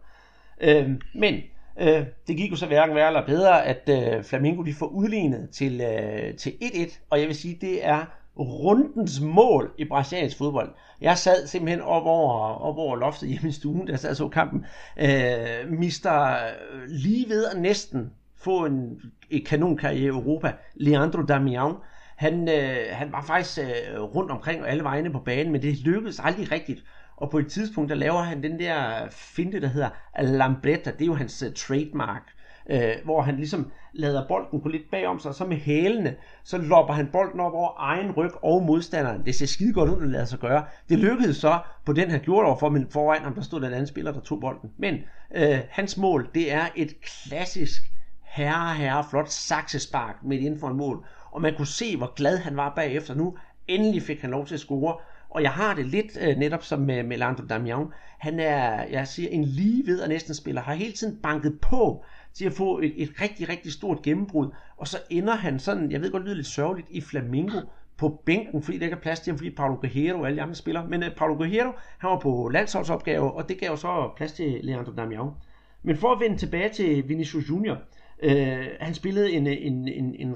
Speaker 2: Men det gik jo så hverken værre eller bedre, at Flamengo de får udlignet til 1-1, og jeg vil sige, det er rundens mål i brasiliansk fodbold. Jeg sad simpelthen op over loftet hjemme i stuen, da jeg sad så kampen. Mister lige ved at næsten få en kanonkarriere i Europa, Leandro Damião. Han var faktisk rundt omkring og alle vegne på banen, men det lykkedes aldrig rigtigt. Og på et tidspunkt, der laver han den der finte, der hedder Lambretta, det er jo hans trademark, hvor han ligesom lader bolden gå lidt bagom sig, og så med hælene, så lopper han bolden op over egen ryg og modstanderen. Det ser skide godt ud, at lade sig gøre. Det lykkedes så på den her gjorde over, men foran ham, der stod den anden spiller, der tog bolden. Men hans mål, det er et klassisk herre flot saksespark midt inden for en mål. Og man kunne se, hvor glad han var bagefter. Nu endelig fik han lov til at score. Og jeg har det lidt netop som med Leandro Damião. Han er, jeg siger, en lige ved at næsten spiller. Har hele tiden banket på til at få et rigtig, rigtig stort gennembrud. Og så ender han sådan, jeg ved godt, det lyder lidt sørgeligt, i Flamengo på bænken, fordi der ikke er plads til ham, fordi Paulo Guerreiro og alle de andre spiller. Men Paulo Guerreiro, han var på landsholdsopgave, og det gav så plads til Leandro Damião. Men for at vende tilbage til Vinicius Junior, han spillede en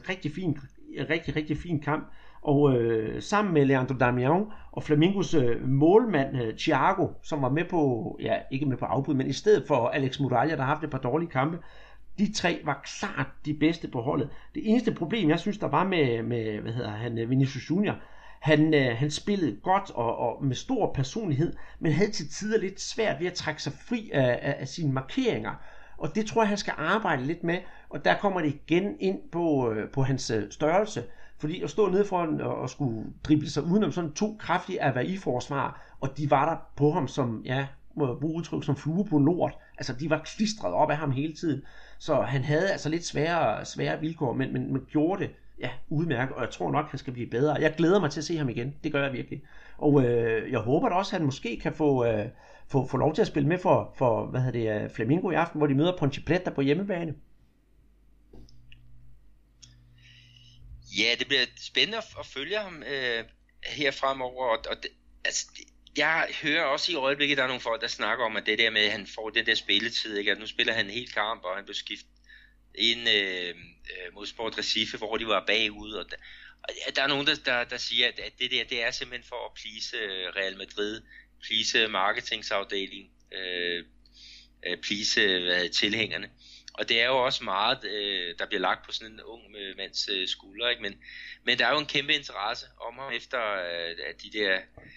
Speaker 2: rigtig fin kamp. Og sammen med Leandro Damião og Flamingos målmand Thiago, som var med på, ja, ikke med på afbud, men i stedet for Alex Muralha, der har haft et par dårlige kampe, de 3 var klart de bedste på holdet. Det eneste problem, jeg synes, der var med Vinicius Junior, han spillede godt og med stor personlighed, men havde til tider lidt svært ved at trække sig fri af sine markeringer. Og det tror jeg, han skal arbejde lidt med, og der kommer det igen ind på hans størrelse. Fordi at stå nede foran og skulle drible sig udenom sådan 2 kraftige Avaí-forsvar, og de var der på ham som, ja, må jeg bruge udtryk, som flue på lort. Altså, de var klistret op af ham hele tiden. Så han havde altså lidt svære vilkår, men gjorde det, ja, udmærket, og jeg tror nok, han skal blive bedre. Jeg glæder mig til at se ham igen. Det gør jeg virkelig. Og jeg håber da også, at han måske kan få lov til at spille med for Flamengo i aften, hvor de møder Ponte Preta på hjemmebane.
Speaker 3: Ja, det bliver spændende at følge ham her fremover, og jeg hører også i øjeblikket, at der er nogle folk, der snakker om, at det der med, at han får den der spilletid, ikke? At nu spiller han en hel kamp, og han blev skiftet ind mod Sport Recife, hvor de var bagud, og der er nogen, der siger, at det der, det er simpelthen for at please Real Madrid, please marketingsafdeling, please tilhængerne. Og det er jo også meget, der bliver lagt på sådan en ung mands skulder, ikke? Men der er jo en kæmpe interesse om ham efter at de der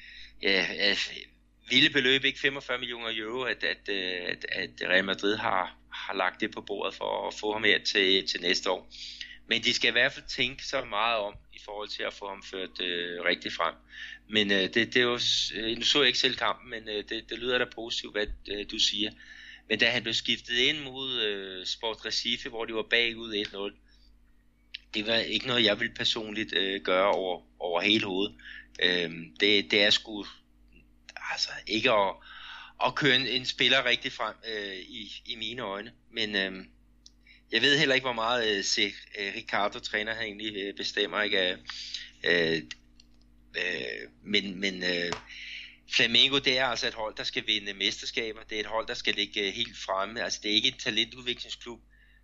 Speaker 3: vilde beløb, ikke 45 millioner euro, at Real Madrid har lagt det på bordet for at få ham her til næste år. Men de skal i hvert fald tænke så meget om i forhold til at få ham ført rigtig frem. Men det er jo, nu så jeg ikke selv kampen, men det lyder da positivt, hvad du siger. Men da han blev skiftet ind mod Sport Recife, hvor de var bagud 1-0, det var ikke noget, jeg ville personligt gøre over hele hovedet. Det er sgu altså ikke at køre en spiller rigtig frem i mine øjne. Men jeg ved heller ikke, hvor meget Ricardo træner han egentlig bestemmer, ikke? Men Flamengo, det er altså et hold, der skal vinde mesterskaber. Det er et hold, der skal ligge helt fremme. Altså, det er ikke en talentudviklingsklub,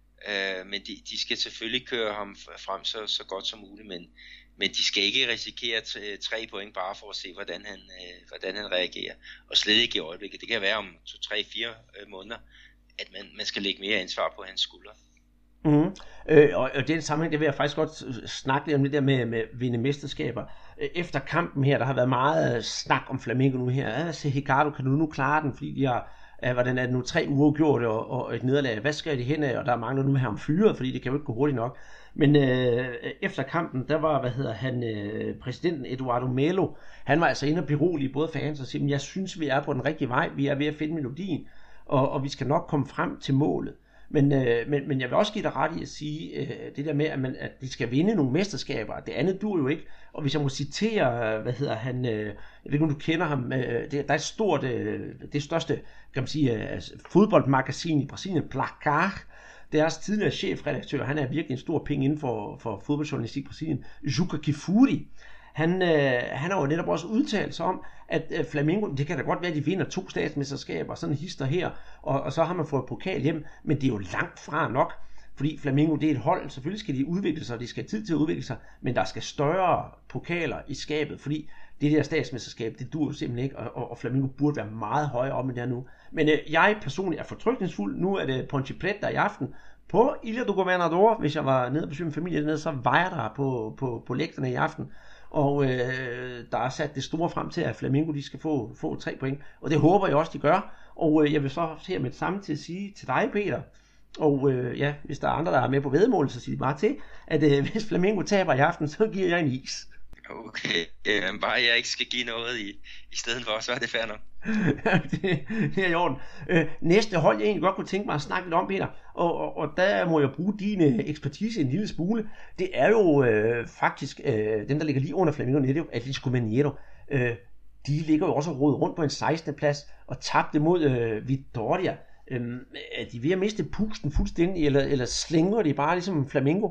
Speaker 3: men de skal selvfølgelig køre ham frem så godt som muligt, men de skal ikke risikere 3 point bare for at se, hvordan han reagerer. Og slet ikke i øjeblikket. Det kan være om 2, 3, 4 måneder, at man skal lægge mere ansvar på hans skuldre.
Speaker 2: Mm-hmm. Og den sammenhæng, det vil jeg faktisk godt snakke lidt om det der med vinde mesterskaber. Efter kampen her, der har været meget snak om Flamengo nu her. Så Ricardo, kan du nu klare den, fordi de har, hvordan er det nu, 3 uger gjort og et nederlag. Hvad skal de hen af? Og der er mange, der nu vil have ham fyret, fordi det kan jo ikke gå hurtigt nok. Men efter kampen, der var, præsidenten Eduardo Melo, han var altså inde og berolige både fans og sige, jeg synes, vi er på den rigtige vej, vi er ved at finde melodien, og vi skal nok komme frem til målet. Men jeg vil også give dig ret i at sige, det der med, at de skal vinde nogle mesterskaber, det andet dur jo ikke. Og hvis jeg må citere, jeg ved ikke, om du kender ham, der er et stort, det største, kan man sige, fodboldmagasin i Brasilien, Placar. Deres tidligere chefredaktør, han er virkelig en stor penge inden for fodboldjournalistik i Brasilien, Juca Kfouri. Han har jo netop også udtalt sig om, at Flamengo, det kan da godt være, at de vinder 2 statsmesterskaber, sådan en hister her, og så har man fået pokal hjem, men det er jo langt fra nok, fordi Flamengo, det er et hold, selvfølgelig skal de udvikle sig, og de skal have tid til at udvikle sig, men der skal større pokaler i skabet, fordi det der statsmesterskab, det dur jo simpelthen ikke, og Flamengo burde være meget højere op end det nu. Men jeg personligt er fortrykningsfuld. Nu er det Ponte Preta i aften på Ilha do Governador. Hvis jeg var nede og besøge min familie dernede, så var jeg der på lægterne i aften. Og der er sat det store frem til, at Flamengo de skal få 3 point. Og det håber jeg også, de gør. Og jeg vil så her med det samme til at sige til dig, Peter. Og hvis der er andre, der er med på væddemålet, så siger de bare til, at hvis Flamengo taber i aften, så giver jeg en is.
Speaker 3: Okay, bare jeg ikke skal give noget i stedet for, så er det fair nok.
Speaker 2: Det er i orden. Næste hold, jeg egentlig godt kunne tænke mig at snakke lidt om, Peter, og der må jeg bruge din ekspertise en lille smule. Det er jo faktisk dem, der ligger lige under Flamengo, det er jo Atlético Mineiro. De ligger jo også rundt på en 16. plads og tabte mod Vitória. Er de ved at miste pusten fuldstændig, eller slænger de bare ligesom Flamengo?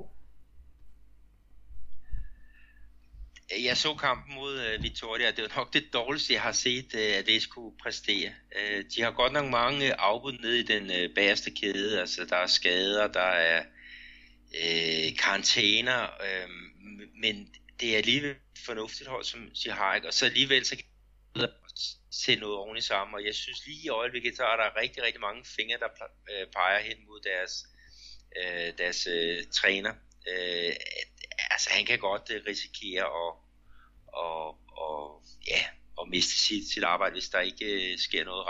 Speaker 3: Jeg så kampen mod Vitória, det var nok det dårligste, jeg har set, at det skulle præstere. De har godt nok mange afbud nede i den bagerste kæde, altså der er skader, der er karantæner, men det er alligevel et fornuftigt hold, som de har, ikke? Og så alligevel så kan de se noget ordentligt sammen, og jeg synes lige i øjeblikket, så er der rigtig, rigtig mange fingre, der peger hen mod deres træner. Altså han kan godt risikere at miste sit arbejde, hvis der ikke sker noget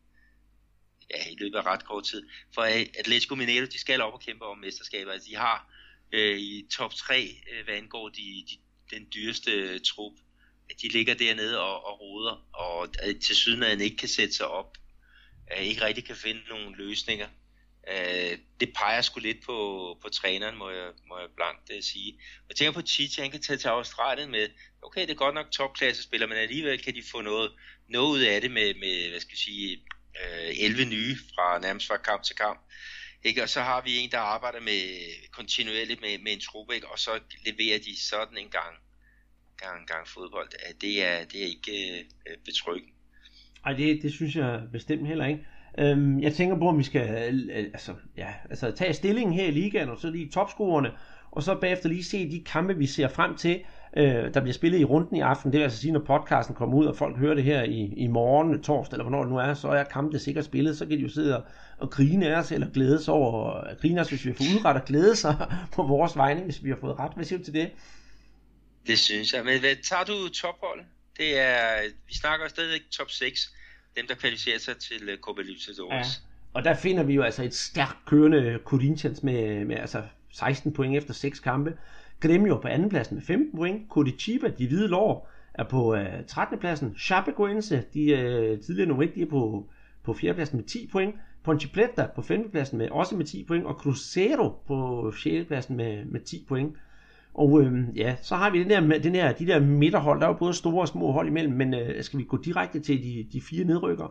Speaker 3: i løbet af ret kort tid. For Atlético Mineiro, de skal op og kæmpe om mesterskaber. Altså, de har i top 3, hvad angår den dyreste trup. De ligger dernede og roder, og til sydenlandet ikke kan sætte sig op. Ikke rigtig kan finde nogle løsninger. Det peger sgu lidt på træneren, må jeg blankt sige. Jeg tænker på Tite, han kan tage til Australien med, okay, det er godt nok topklassespiller, men alligevel kan de få noget ud af det med hvad skal jeg sige, 11 nye nærmest fra kamp til kamp. Ikke? Og så har vi en, der arbejder kontinuerligt med en trup, ikke? Og så leverer de sådan en gang fodbold. Det er ikke betryggende.
Speaker 2: Ej, det synes jeg bestemt heller ikke. Jeg tænker på, om vi skal tage stillingen her i ligaen, og så lige topscorerne, og så bagefter lige se de kampe, vi ser frem til, der bliver spillet i runden i aften. Det vil altså sige, når podcasten kommer ud, og folk hører det her i morgen, torsdag, eller hvornår det nu er, så er kampen sikkert spillet, så kan de jo sidde og grine af os, eller glæde sig over, grine os, hvis vi har fået udret, og glæde sig på vores vegne, hvis vi har fået ret. Hvad siger du til det?
Speaker 3: Det synes jeg. Men hvad tager du topholdet? Vi snakker stadigvæk top 6. Dem, der kvalificerer sig til Copa Libertadores.
Speaker 2: Ja, og der finder vi jo altså et stærkt kørende Corinthians med altså 16 point efter 6 kampe. Grêmio på andenpladsen med 15 point. Curitiba, de hvide lår, er på 13. pladsen. Chapecoense, de tidligere nummer 1, de er på 4. pladsen med 10 point. Ponte Preta på 5. pladsen også med 10 point. Og Cruzeiro på 6. pladsen med 10 point. Og så har vi de der midterhold. Der er jo både store og små hold imellem, men skal vi gå direkte til de 4 nedrykkere?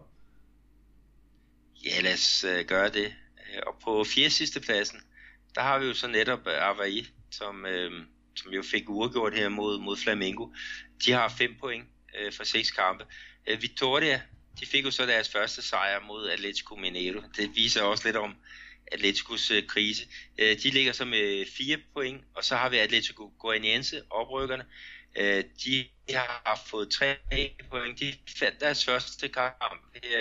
Speaker 3: Ja, lad os gøre det. Og på 4. sidste pladsen, der har vi jo så netop Avaí, som jo fik uafgjort her mod Flamengo. De har 5 point for 6 kampe. Vitória, de fik jo så deres første sejr mod Atlético Mineiro. Det viser også lidt om Atleticos krise. De ligger så med 4 point, og så har vi Atlético Goianiense, oprykkerne. De har fået 3 point. De fandt deres første kamp her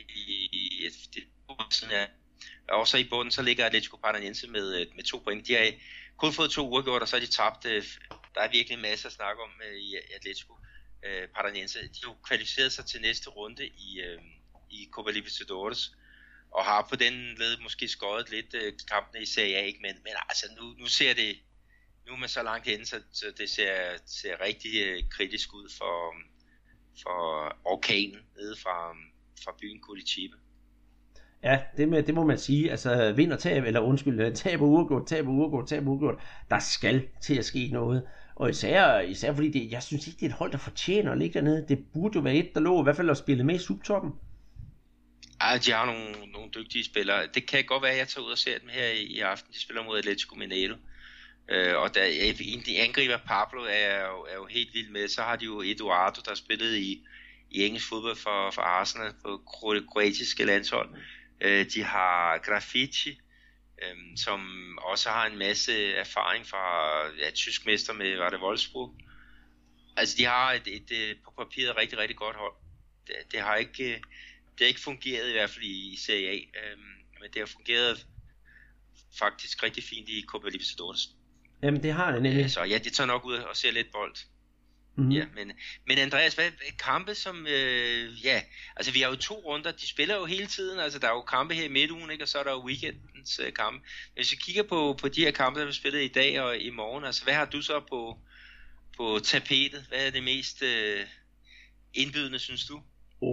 Speaker 3: og så i bunden, så ligger Atlético Paranaense med 2 point. De har kun fået 2 uafgjort, og så har de tabt. Der er virkelig en masse at snakke om i Atlético Paranaense. De har jo kvalificeret sig til næste runde i Copa Libertadores, og har på den led måske skåret lidt kampene i Serie A, ikke? Men altså nu ser det, nu er man så langt henne, så det ser rigtig kritisk ud for orkanen nede fra byen Curitiba.
Speaker 2: Ja, det må man sige. Altså vind og tab, eller undskyld, tab og uafgjort. Der skal til at ske noget. Og især fordi jeg synes ikke, det er et hold, der fortjener at ligge dernede. Det burde jo være et, der lå i hvert fald at spille med i subtoppen.
Speaker 3: Ej, de har nogle dygtige spillere. Det kan godt være, at jeg tager ud og ser dem her i aften. De spiller mod Atlético Mineiro. Og der egentlig angriber Pablo er jo helt vild med. Så har de jo Eduardo, der spillede i engelsk fodbold for Arsenal på kroatiske landshold. De har Graffiti, som også har en masse erfaring fra tysk mester med Wolfsburg. Altså de har et på papiret rigtig, rigtig godt hold. Det har ikke fungeret i hvert fald i Serie A, men det har fungeret faktisk rigtig fint i Copa Libertadores.
Speaker 2: Jamen det har det nemlig.
Speaker 3: Så ja, det tager nok ud og ser lidt bold. Mm-hmm. Ja, men Andreas, hvad kampe som altså vi har jo 2 runder, de spiller jo hele tiden, altså der er jo kampe her i midtugen, ikke? Og så er der jo weekendens kampe. Hvis vi kigger på de her kampe, der vi spillet i dag og i morgen, altså hvad har du så på tapetet? Hvad er det mest indbydende, synes du?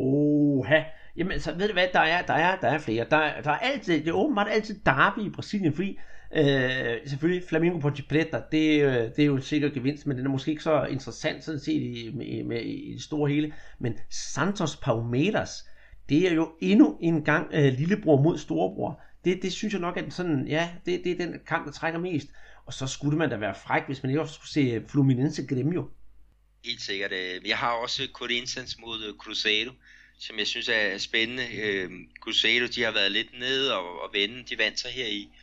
Speaker 2: Jamen altså, ved du hvad, der er flere. Der er altid, det er åbenbart altid derby i Brasilien, fordi selvfølgelig Flamengo Ponte Preta, det er jo en sikker gevinst, men den er måske ikke så interessant sådan set i det store hele. Men Santos Palmeiras, det er jo endnu en gang lillebror mod storebror. Det synes jeg nok er sådan, ja, det er den kamp, der trækker mest. Og så skulle man da være fræk, hvis man ikke også skulle se Fluminense Grêmio.
Speaker 3: Helt sikkert. Jeg har også Corinthians mod Cruzeiro, som jeg synes er spændende. Cruzeiro, de har været lidt nede og vende. De vandt sig her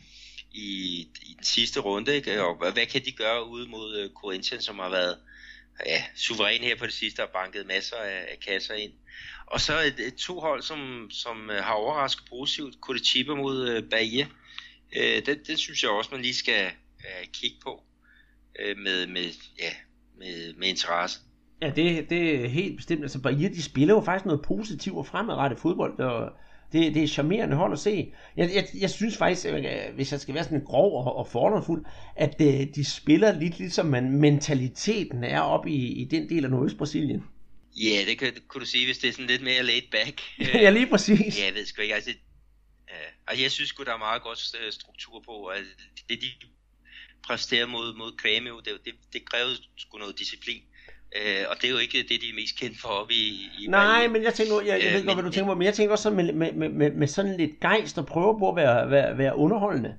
Speaker 3: i den sidste runde, ikke? Og hvad kan de gøre ude mod Corinthians, som har været suveræn her på det sidste og banket masser af kasser ind. Og så 2 hold, som har overrasket positivt. Curitiba mod Bahia. Den synes jeg også, man lige skal kigge på med interesse.
Speaker 2: Ja, det er helt bestemt. Altså Bahia, de spiller jo faktisk noget positivt og fremadrettet fodbold, og det er charmerende hold at se. Jeg synes faktisk, hvis jeg skal være sådan grov og fordomsfuld, at de spiller lidt ligesom mentaliteten er oppe i den del af Nordøst-Brasilien.
Speaker 3: Ja, det kunne du sige, hvis det er sådan lidt mere laid back.
Speaker 2: Ja, lige præcis.
Speaker 3: Ja, jeg ved sgu ikke. Altså, jeg synes sgu, der er meget godt struktur på. Altså, det de præsterer mod Grêmio, det krævede sgu noget disciplin. Og det er jo ikke det, de er mest kendt for oppe i
Speaker 2: Nej, men jeg tænker, jeg ved godt, hvad du tænker på, men jeg tænker også med sådan lidt gejst og prøve på at være underholdende.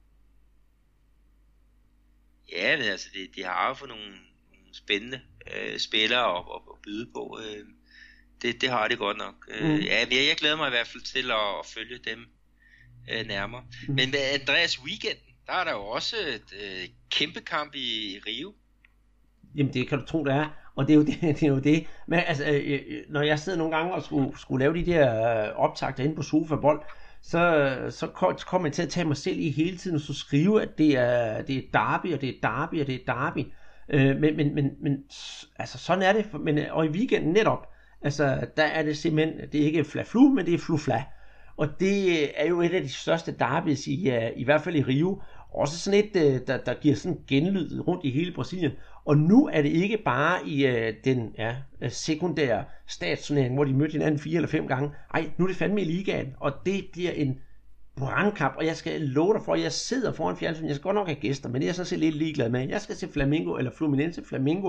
Speaker 2: Ja,
Speaker 3: men altså, de har jo fået nogle spændende spillere at byde på. Det har de godt nok. Ja, jeg glæder mig i hvert fald til at følge dem nærmere. Men med Andreas weekend, der er der jo også et kæmpe kamp i Rio.
Speaker 2: Jamen det kan du tro, det er. Og det er jo det. Men altså, når jeg sidder nogle gange og skulle lave de der optagter inde på Sofabold, så kommer jeg til at tage mig selv i hele tiden og så skrive, at det er derby, og det er derby, og det er derby. Men altså sådan er det. Og i weekenden netop, altså der er det simpelthen, det er ikke fla-flu, men det er flu-fla. Og det er jo et af de største derbys i hvert fald i Rio. Også sådan et, der giver sådan genlyd rundt i hele Brasilien. Og nu er det ikke bare i den sekundære statsturnering, hvor de mødte hinanden 4 eller 5 gange. Ej, nu er det fandme i ligaen, og det bliver en brandkamp. Og jeg skal love dig for, at jeg sidder foran fjernsynet. Jeg skal godt nok have gæster, men det er jeg så set lidt ligeglad med. Jeg skal se Flamengo eller Fluminense Flamengo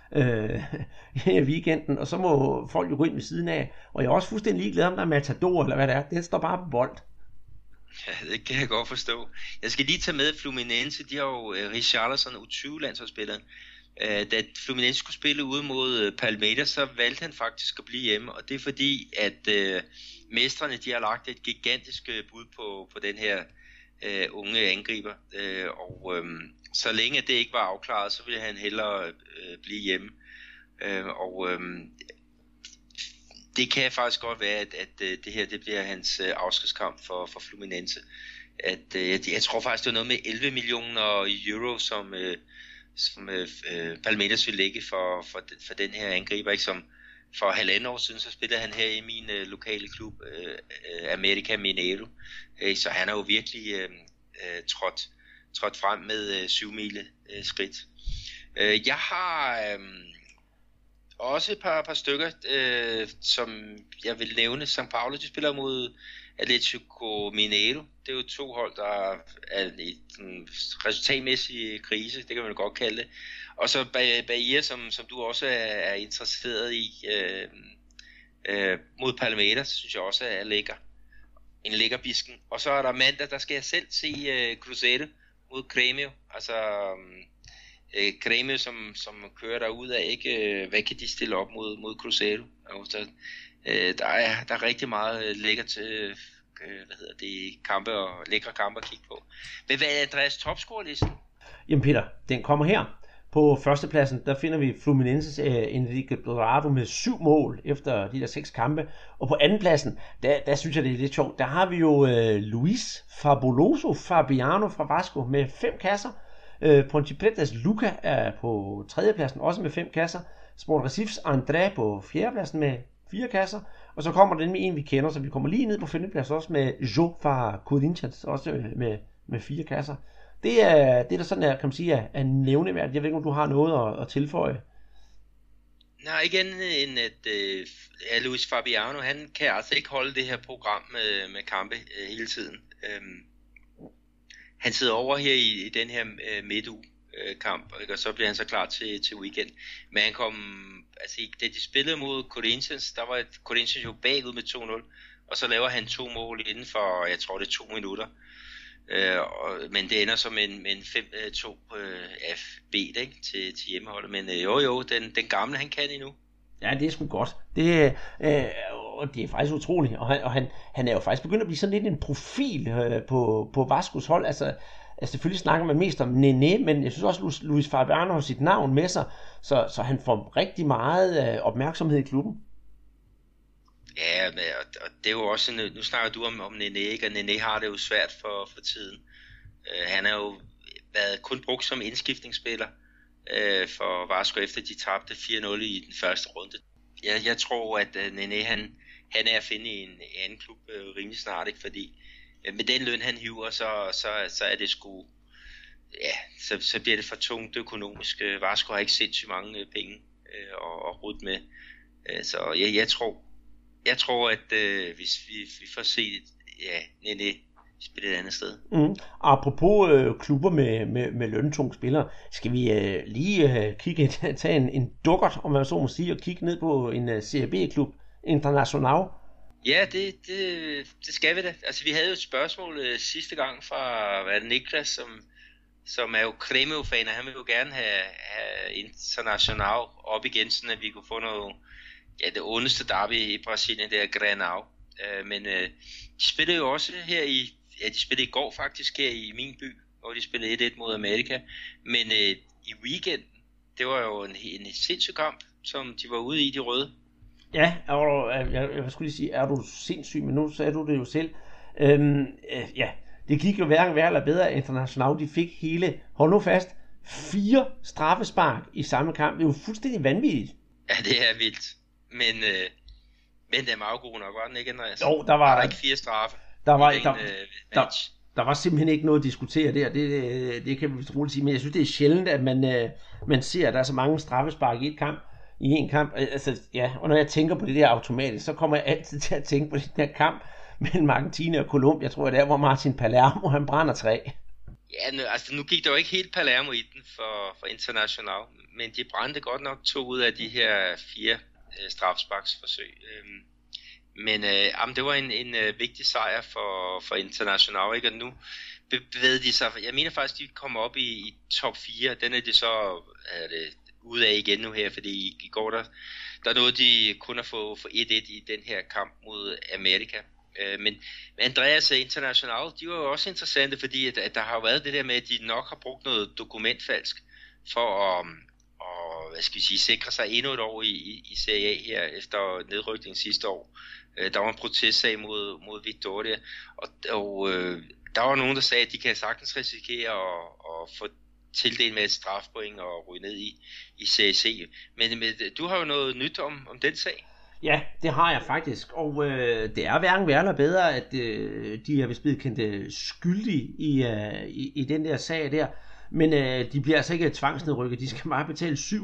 Speaker 2: i weekenden, og så må folk jo gå ind ved siden af. Og jeg er også fuldstændig ligeglad om der er Matador eller hvad det er. Den står bare på bold.
Speaker 3: Ja, det kan jeg godt forstå. Jeg skal lige tage med Fluminense. De har jo Richarlison, U20-landsholdsspilleren. Da Fluminense skulle spille ude mod Palmeiras, så valgte han faktisk at blive hjemme, og det er fordi, at mestrene de har lagt et gigantisk bud på den her unge angriber, og så længe det ikke var afklaret, så ville han hellere blive hjemme, og det kan faktisk godt være, at det her det bliver hans afskedskamp for Fluminense. Jeg tror faktisk, det var noget med 11 millioner euro, som Palmeiras vil lægge for den her angriber, ikke? Som for 1,5 år siden, så spillede han her i min lokale klub, América Mineiro. Så han er jo virkelig trådt frem med 7-mile skridt. Jeg har også et par stykker, som jeg vil nævne. São Paulo, de spiller mod Atlético Mineiro. Det er jo 2 hold, der er i en resultatmæssig krise, det kan man godt kalde det. Og så Bahia, som du også er interesseret i, mod Palmeiras, synes jeg også er lækker. En lækker bisken. Og så er der mandag, der skal jeg selv se Cruzeiro mod Grêmio. Altså Grêmio, som kører derud af, ikke? Hvad kan de stille op mod Cruzeiro? Der er rigtig meget lækkert til kampe og lækre kampe at kigge på. Men hvad er Andreas topscore-listen?
Speaker 2: Jamen Peter, den kommer her. På førstepladsen, der finder vi Fluminenses Enrique Dourado med 7 mål efter de der 6 kampe. Og på andenpladsen, der synes jeg, det er lidt sjovt. Der har vi jo Luis Fabiano fra Vasco med 5 kasser. Ponte Pretas Luca er på tredjepladsen også med 5 kasser. Sport Recifes André på fjerdepladsen med 4 kasser. Og så kommer den med en, vi kender, så vi kommer lige ned på femtepladsen også med Jo fra Corinthians, også med 4 kasser. Det er der sådan her, kan man sige, er nævneværdigt. Jeg ved ikke, om du har noget at tilføje.
Speaker 3: Nej, igen end at Luis Fabiano, han kan altså ikke holde det her program med kampe hele tiden. Han sidder over her i den her midtuge-kamp, og så bliver han så klar til weekend. Men han kom, altså da de spillede mod Corinthians, der var Corinthians jo bagud med 2-0, og så laver han 2 mål inden for, jeg tror det er 2 minutter. Men det ender som en 5-2 FB, ikke? Til hjemmeholdet. Men jo, den gamle han kan endnu.
Speaker 2: Ja, det er sgu godt. Det er faktisk utroligt. Og han er jo faktisk begyndt at blive sådan lidt en profil på Vascos hold. Altså selvfølgelig snakker man mest om Nené, men jeg synes også, Luis Fabiano har sit navn med sig, så han får rigtig meget opmærksomhed i klubben.
Speaker 3: Ja, og det er jo også, nu snakker du om Nené, ikke? Og Nené har det jo svært for tiden. Han har jo været kun brugt som indskiftningsspiller for Vasco, efter de tabte 4-0 i den første runde. Jeg tror, at Nené, han er at finde i en anden klub rimelig snart, ikke? Fordi med den løn, han hiver, så er det sgu, ja, så bliver det for tungt økonomisk. Vasco har ikke sindssygt mange penge at rute med. Så jeg tror, at hvis vi får set Nené spille et andet sted.
Speaker 2: Apropos klubber med løntunge spillere, skal vi lige tage en dukkert, om man så må sige, og kigge ned på en CRB-klub, Internacional.
Speaker 3: Ja, det skal vi da. Altså, vi havde jo et spørgsmål sidste gang fra Niklas, som er jo Grêmio-fan, og han vil jo gerne have Internacional op igen, sådan at vi kunne få noget, det ondeste derby i Brasilien, det er Grenal. Men de spillede jo også her de spillede i går faktisk her i min by, hvor de spillede 1-1 mod Amerika. Men i weekenden, det var jo en sindssyg kamp, som de var ude i, de røde.
Speaker 2: Ja, jeg skulle lige sige, er du sindssyg, men nu sagde du det jo selv. Det gik jo hverken værre eller bedre. International, de fik hele, hold nu fast, 4 straffespark i samme kamp. Det er jo fuldstændig vanvittigt.
Speaker 3: Ja, det er vildt. Men den var jo god nok, var den ikke, Andreas?
Speaker 2: Jo, der var
Speaker 3: ikke 4 straffe.
Speaker 2: Der var simpelthen ikke noget at diskutere der. Det kan vi troligt sige, men jeg synes, det er sjældent, at man ser, at der er så mange straffespark i en kamp. Altså, ja, og når jeg tænker på det der automatisk, så kommer jeg altid til at tænke på den der kamp mellem Argentina og Colombia. Jeg tror, det er, hvor Martin Palermo, han brænder 3.
Speaker 3: Ja, nu gik der jo ikke helt Palermo i den for International, men de brændte godt nok 2 ud af de her 4 strafsparksforsøg. Men det var en vigtig sejr for International, ikke? Og nu bevægede de sig, jeg mener faktisk, de kommer op i top 4, den er de så ud af igen nu her, fordi i går der nåede de kun at få 1-1 i den her kamp mod Amerika. Men Andreas International, de var jo også interessante, fordi at der har jo været det der med, at de nok har brugt noget dokumentfalsk for at hvad skal vi sige, sikre sig endnu et år i Serie A her efter nedrykningen sidste år. Der var en protestsag mod Victoria, og der var nogen, der sagde, at de kan sagtens risikere at få tildelt med et strafpoint og ryge ned i CAC. Men du har jo noget nyt om den sag.
Speaker 2: Ja, det har jeg faktisk, og det er hverken værre eller bedre, at de er vist blevet kendt skyldige i den der sag der, men de bliver altså ikke tvangsnedrykket, de skal bare betale 720.000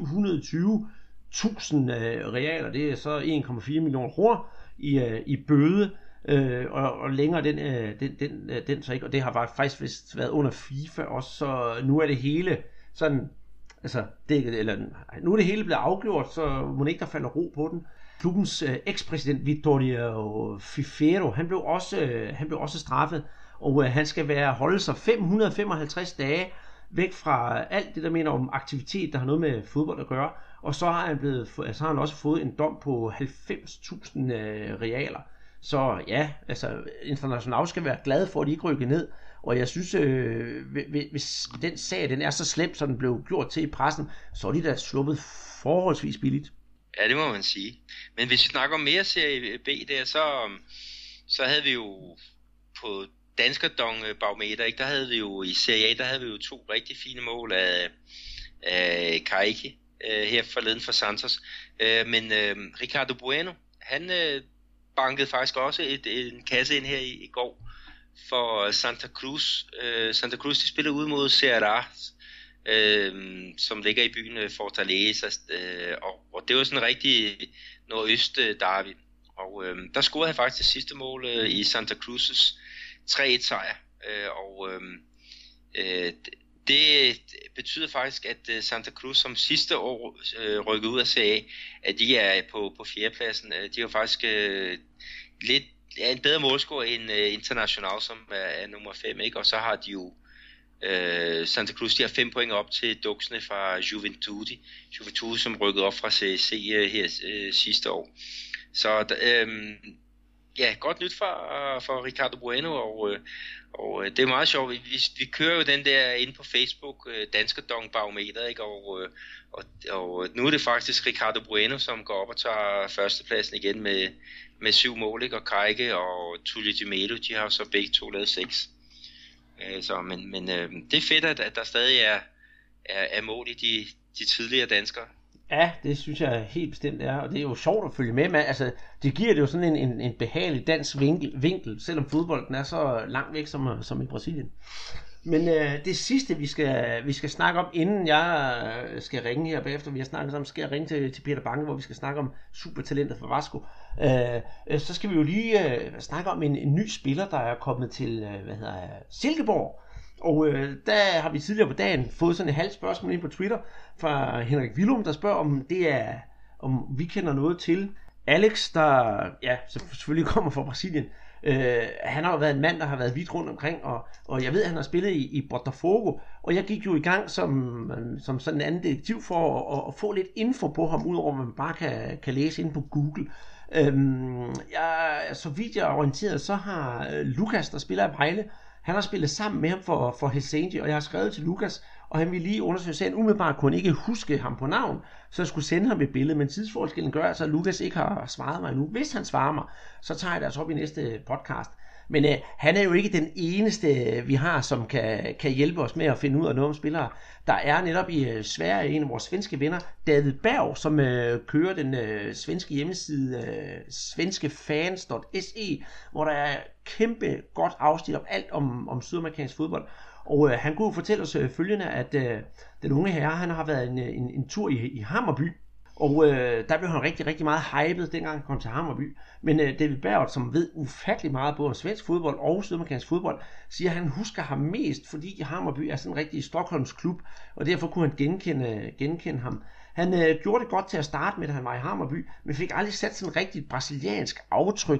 Speaker 2: realer, det er så 1,4 millioner kroner i bøde, og længere den så ikke, og det har faktisk vist været under FIFA også, så nu er det hele sådan, altså nu er det hele blevet afgjort, så må ikke der falder ro på den. Klubbens ekspræsident Vittorio Fifero, han blev også straffet, og han skal holde sig 555 dage væk fra alt det, der mener om aktivitet, der har noget med fodbold at gøre, og så har han også fået en dom på 90.000 realer. Så ja, altså International skal være glad for, at de ikke rykker ned, og jeg synes, hvis den sag den er så slem, som den blev gjort til i pressen, så er de da sluppet forholdsvis billigt.
Speaker 3: Ja, det må man sige. Men hvis vi snakker om mere Serie B der, så havde vi jo på Danskerdong-barometer, ikke? Der havde vi jo i Serie A, der havde vi jo 2 rigtig fine mål af Karique her forleden for Santos. Men Ricardo Bueno, han bankede faktisk også en kasse ind her i går for Santa Cruz. Santa Cruz, de spiller ud mod Ceará, som ligger i byen Fortaleza, og det var sådan en rigtig nordøst derby. Og der scorede han faktisk det sidste mål i Santa Cruz's 3-1 sejr, og det betyder faktisk, at Santa Cruz som sidste år rykkede ud af Serie A, at de er på fjerdepladsen. De har faktisk lidt en bedre målscore end International, som er nummer 5, ikke? Og så har de jo Santa Cruz, de har 5 point op til duksene fra Juventude, som rykkede op fra CAC her sidste år. Så ja, godt nyt for Ricardo Bueno, og det er meget sjovt. Vi kører jo den der inde på Facebook, Danskerdong-barometer, ikke? Og nu er det faktisk Ricardo Bueno, som går op og tager førstepladsen igen med 7 mål, ikke? Og Karique og Tullio Di Melo, de har så begge to lavet 6. Men det er fedt, at der stadig er mål i de tidligere danskere.
Speaker 2: Ja, det synes jeg helt bestemt er, og det er jo sjovt at følge med. Altså, det giver det jo sådan en behagelig dansk vinkel, selvom fodbolden er så langt væk som i Brasilien. Men det sidste, vi skal snakke om, inden jeg skal ringe her bagefter, vi har snakket om, skal jeg ringe til Peter Bange, hvor vi skal snakke om supertalentet for Vasco. Så skal vi jo lige snakke om en ny spiller, der er kommet til Silkeborg. Og der har vi tidligere på dagen fået sådan et halvt spørgsmål ind på Twitter fra Henrik Willum, der spørger, om vi kender noget til Alex, der selvfølgelig kommer fra Brasilien. Han har jo været en mand, der har været vidt rundt omkring, og jeg ved, at han har spillet i Botafogo, og jeg gik jo i gang som sådan en anden detektiv for at få lidt info på ham, udover hvad man bare kan læse inde på Google. Så vidt jeg er orienteret, så har Lukas, der spiller i Vejle, han har spillet sammen med ham for Helsinki, og jeg har skrevet til Lukas, og han ville lige undersøge sagen. Umiddelbart kunne han ikke huske ham på navn, så jeg skulle sende ham et billede, men tidsforskellen gør altså, at Lukas ikke har svaret mig endnu. Hvis han svarer mig, så tager jeg det altså op i næste podcast. Men han er jo ikke den eneste, vi har, som kan hjælpe os med at finde ud af noget om spillere. Der er netop i Sverige en af vores svenske venner, David Berg, som kører den svenske hjemmeside svenskefans.se, hvor der er kæmpe godt afsnit om alt om sydamerikansk fodbold. Og han kunne fortælle os følgende, at den unge herre, han har været en tur i Hammarby, og der blev han rigtig, rigtig meget hyped, dengang han kom til Hammarby. Men David Berg, som ved ufattelig meget både om svensk fodbold og sydamerikansk fodbold, siger, at han husker ham mest, fordi Hammarby er sådan en rigtig Stockholms klub, og derfor kunne han genkende ham. Han gjorde det godt til at starte med, da han var i Hammarby, men fik aldrig sat sådan en rigtig brasiliansk aftryk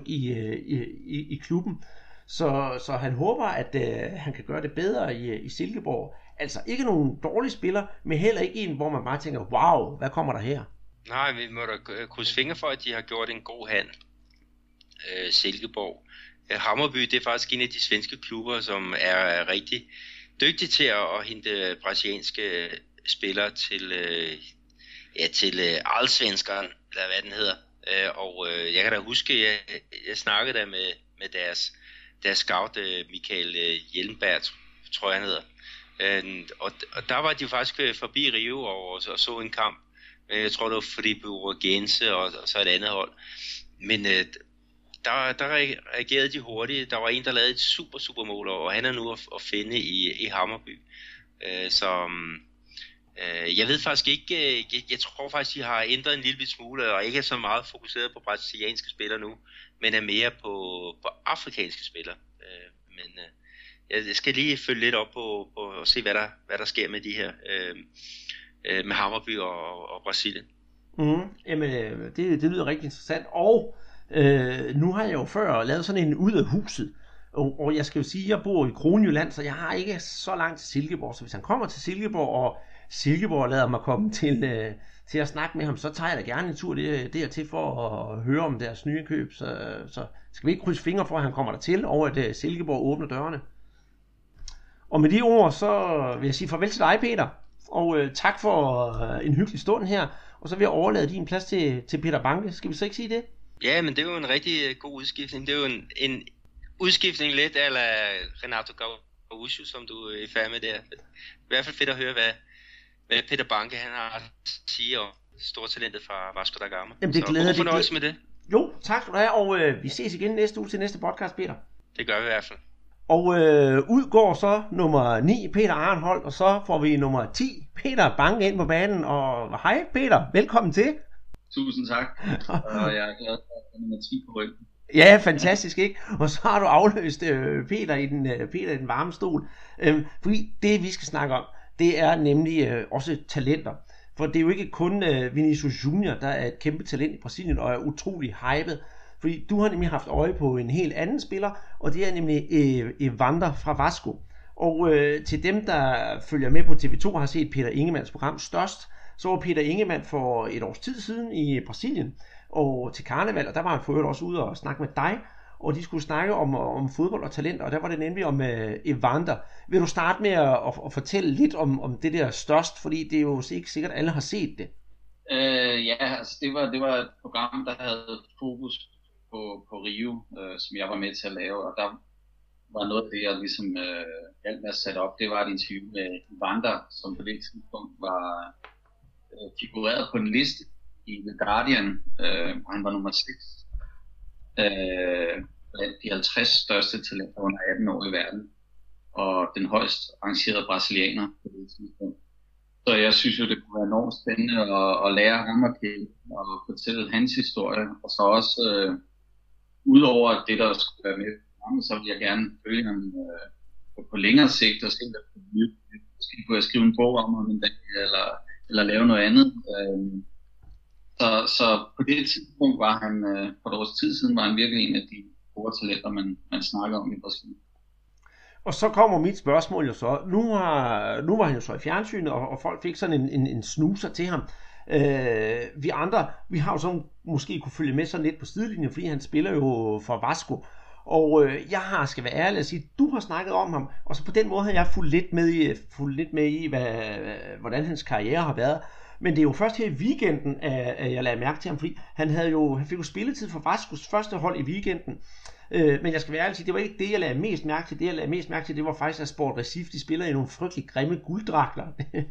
Speaker 2: i klubben. Så han håber, at han kan gøre det bedre i Silkeborg. Altså ikke nogen dårlig spiller, men heller ikke en, hvor man bare tænker, wow, hvad kommer der her?
Speaker 3: Nej, vi må da krydse fingre for, at de har gjort en god hand, Silkeborg. Hammarby, det er faktisk en af de svenske klubber, som er rigtig dygtige til at hente brasilianske spillere til Allsvenskan, eller hvad den hedder. Og jeg kan da huske, jeg snakkede der med deres scout, Michael Hjelmberg, tror jeg han hedder. Og der var de faktisk forbi Rio og så en kamp. Jeg tror det var fordi Buregense og så et andet hold. Men der reagerede de hurtigt. Der var en, der lavede et super mål, og han er nu at finde i Hammarby. Jeg ved faktisk ikke, jeg tror faktisk, de har ændret en lille smule, og ikke er så meget fokuseret på brasilianske spillere nu, men er mere på afrikanske spillere. Men jeg skal lige følge lidt op på og se, hvad der sker med de her, med Hammarby og Brasilien.
Speaker 2: Jamen, det lyder rigtig interessant, og nu har jeg jo før lavet sådan en ud af huset, og jeg skal jo sige, at jeg bor i Kronjylland, så jeg har ikke så langt til Silkeborg, så hvis han kommer til Silkeborg, og Silkeborg lader mig komme til at snakke med ham, så tager jeg da gerne en tur dertil for at høre om deres nye køb, så skal vi ikke krydse fingre for, at han kommer dertil, og at Silkeborg åbner dørene. Og med de ord, så vil jeg sige farvel til dig, Peter, og tak for en hyggelig stund her, og så vil jeg overlade din plads til Peter Banke. Skal vi så ikke sige det?
Speaker 3: Ja, men det er jo en rigtig god udskiftning. Det er jo en udskiftning lidt af Renato Gaúcho, som du er i færd med der. I hvert fald fedt at høre, hvad Peter Banke han har at sige om stortalentet fra Vasco da Gama.
Speaker 2: Jamen, det glæder
Speaker 3: god fornøjelse med det.
Speaker 2: Jo, tak skal du have, og vi ses igen næste uge til næste podcast, Peter.
Speaker 3: Det gør vi i hvert fald.
Speaker 2: Og udgår så nummer 9, Peter Arnholt, og så får vi nummer 10, Peter Banke ind på banen. Og hej Peter, velkommen til.
Speaker 4: Tusind tak, og jeg er glad for nummer 10 på ryggen.
Speaker 2: Ja, fantastisk, ikke? Og så har du afløst Peter i den varme stol. Fordi det vi skal snakke om, det er nemlig også talenter. For det er jo ikke kun Vinicius Junior, der er et kæmpe talent i Brasilien og er utrolig hyped. Fordi du har nemlig haft øje på en helt anden spiller, og det er nemlig Evander fra Vasco. Og til dem, der følger med på TV2 og har set Peter Ingemanns program Størst, så var Peter Ingemann for et års tid siden i Brasilien og til karneval, og der var han for øvrigt også ude og snakke med dig, og de skulle snakke om fodbold og talent, og der var det nemlig om Evander. Vil du starte med at fortælle lidt om det der Størst, fordi det er jo ikke sikkert, at alle har set det.
Speaker 4: Ja, altså det var et program, der havde fokus på Rio, som jeg var med til at lave, og der var noget af det, jeg ligesom hjalp med at sætte op. Det var et interview med Evander, som på det tidspunkt var figureret på en liste i The Guardian, og han var nummer 6 blandt de 50 største talenter under 18 år i verden, og den højst rangerede brasilianer på det tidspunkt. Så jeg synes jo, det kunne være enormt spændende at lære ham at kende og fortælle hans historie, og så også udover det, der skulle være med ham, så vil jeg gerne følge ham på længere sigt og se, hvad det kunne blive. Måske kunne jeg skrive en bog om ham en dag, eller lave noget andet. Så på det tidspunkt var han, for et års tid siden, var han virkelig en af de store talenter, man snakker om i Brasilien.
Speaker 2: Og så kommer mit spørgsmål jo så. Nu var han jo så i fjernsynet, og folk fik sådan en snuser til ham. Vi andre, vi har jo så måske kunne følge med sådan lidt på sidelinjen, fordi han spiller jo for Vasco. Og jeg skal være ærlig at sige, du har snakket om ham, og så på den måde har jeg fulgt lidt med i hvordan hans karriere har været. Men det er jo først her i weekenden, at jeg lagde mærke til ham, fordi han fik jo spilletid for Vascos første hold i weekenden. Men jeg skal være ærlig at sige, det var ikke det, jeg lagde mest mærke til. Det, jeg lagde mest mærke til, det var faktisk, at Sport Recife, de spiller i nogle frygtelig grimme gulddragter.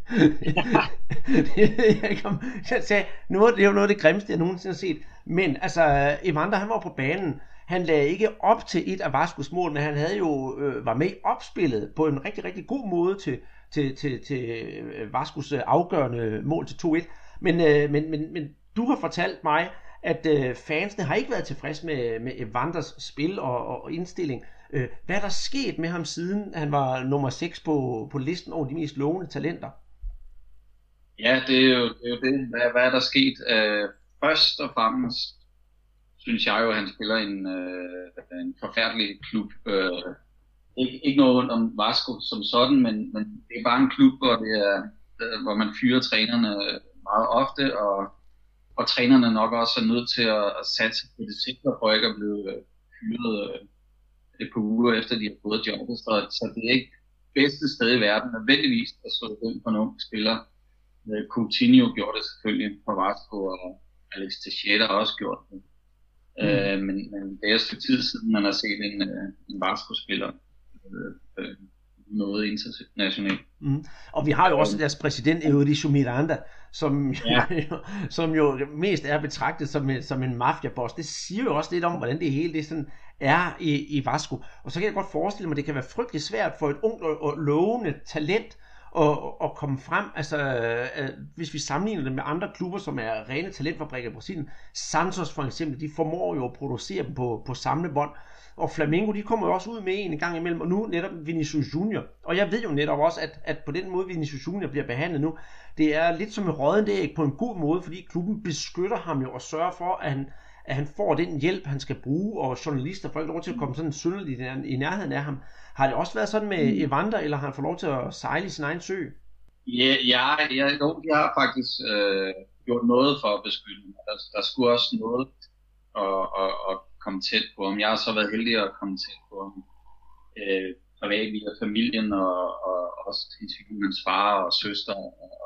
Speaker 2: Jeg sagde, det er jo noget af det grimmeste, jeg nogensinde har set. Men altså, Evander, han var på banen. Han lagde ikke op til et af Vascos mål, men han havde jo var med i opspillet på en rigtig, rigtig god måde til Vascos afgørende mål til 2-1. Men du har fortalt mig, at fansene har ikke været tilfreds med Evanders spil og indstilling. Hvad er der sket med ham, siden han var nummer 6 på listen over de mest lovende talenter?
Speaker 4: Ja, det er jo det. Hvad er der sket? Først og fremmest synes jeg jo, at han spiller en forfærdelig klub. ikke noget ondt om Vasco som sådan, men det er bare en klub, hvor man fyrer trænerne meget ofte, og trænerne nok også er nødt til at satse på det sikre, for ikke at blive fyret et par uger efter de har fået jobbet. Så det er ikke bedste sted i verden nødvendigvis at slå den på nogle spillere. Coutinho gjorde det selvfølgelig på Vasco, og Alex Teixeira har også gjort det. Men det er et tid siden, man har set en Vasco-spiller noget internationalt.
Speaker 2: Og vi har jo også deres præsident, Euridice Miranda, som jo mest er betragtet som en mafiaboss. Det siger jo også lidt om, hvordan det hele det sådan er i Vasco. Og så kan jeg godt forestille mig, at det kan være frygtelig svært for et ungt og lovende talent at komme frem. Altså, hvis vi sammenligner det med andre klubber, som er rene talentfabrikker i Brasilien. Santos for eksempel, de formår jo at producere dem på samlebånd. Og Flamengo, de kommer jo også ud med en gang imellem, og nu netop Vinicius Junior. Og jeg ved jo netop også, at på den måde Vinicius Junior bliver behandlet nu, det er lidt som et råddent æg på en god måde, fordi klubben beskytter ham jo og sørger for, at han får den hjælp, han skal bruge, og journalister får ikke lov til at komme sådan synderligt i nærheden af ham. Har det også været sådan med Evander, eller har han fået lov til at sejle i sin egen sø?
Speaker 4: Jeg har faktisk gjort noget for at beskytte ham. Der skulle også noget at komme tæt på ham. Jeg har så været heldig at komme tæt på ham privat via familien, og også interview med hans far og søster,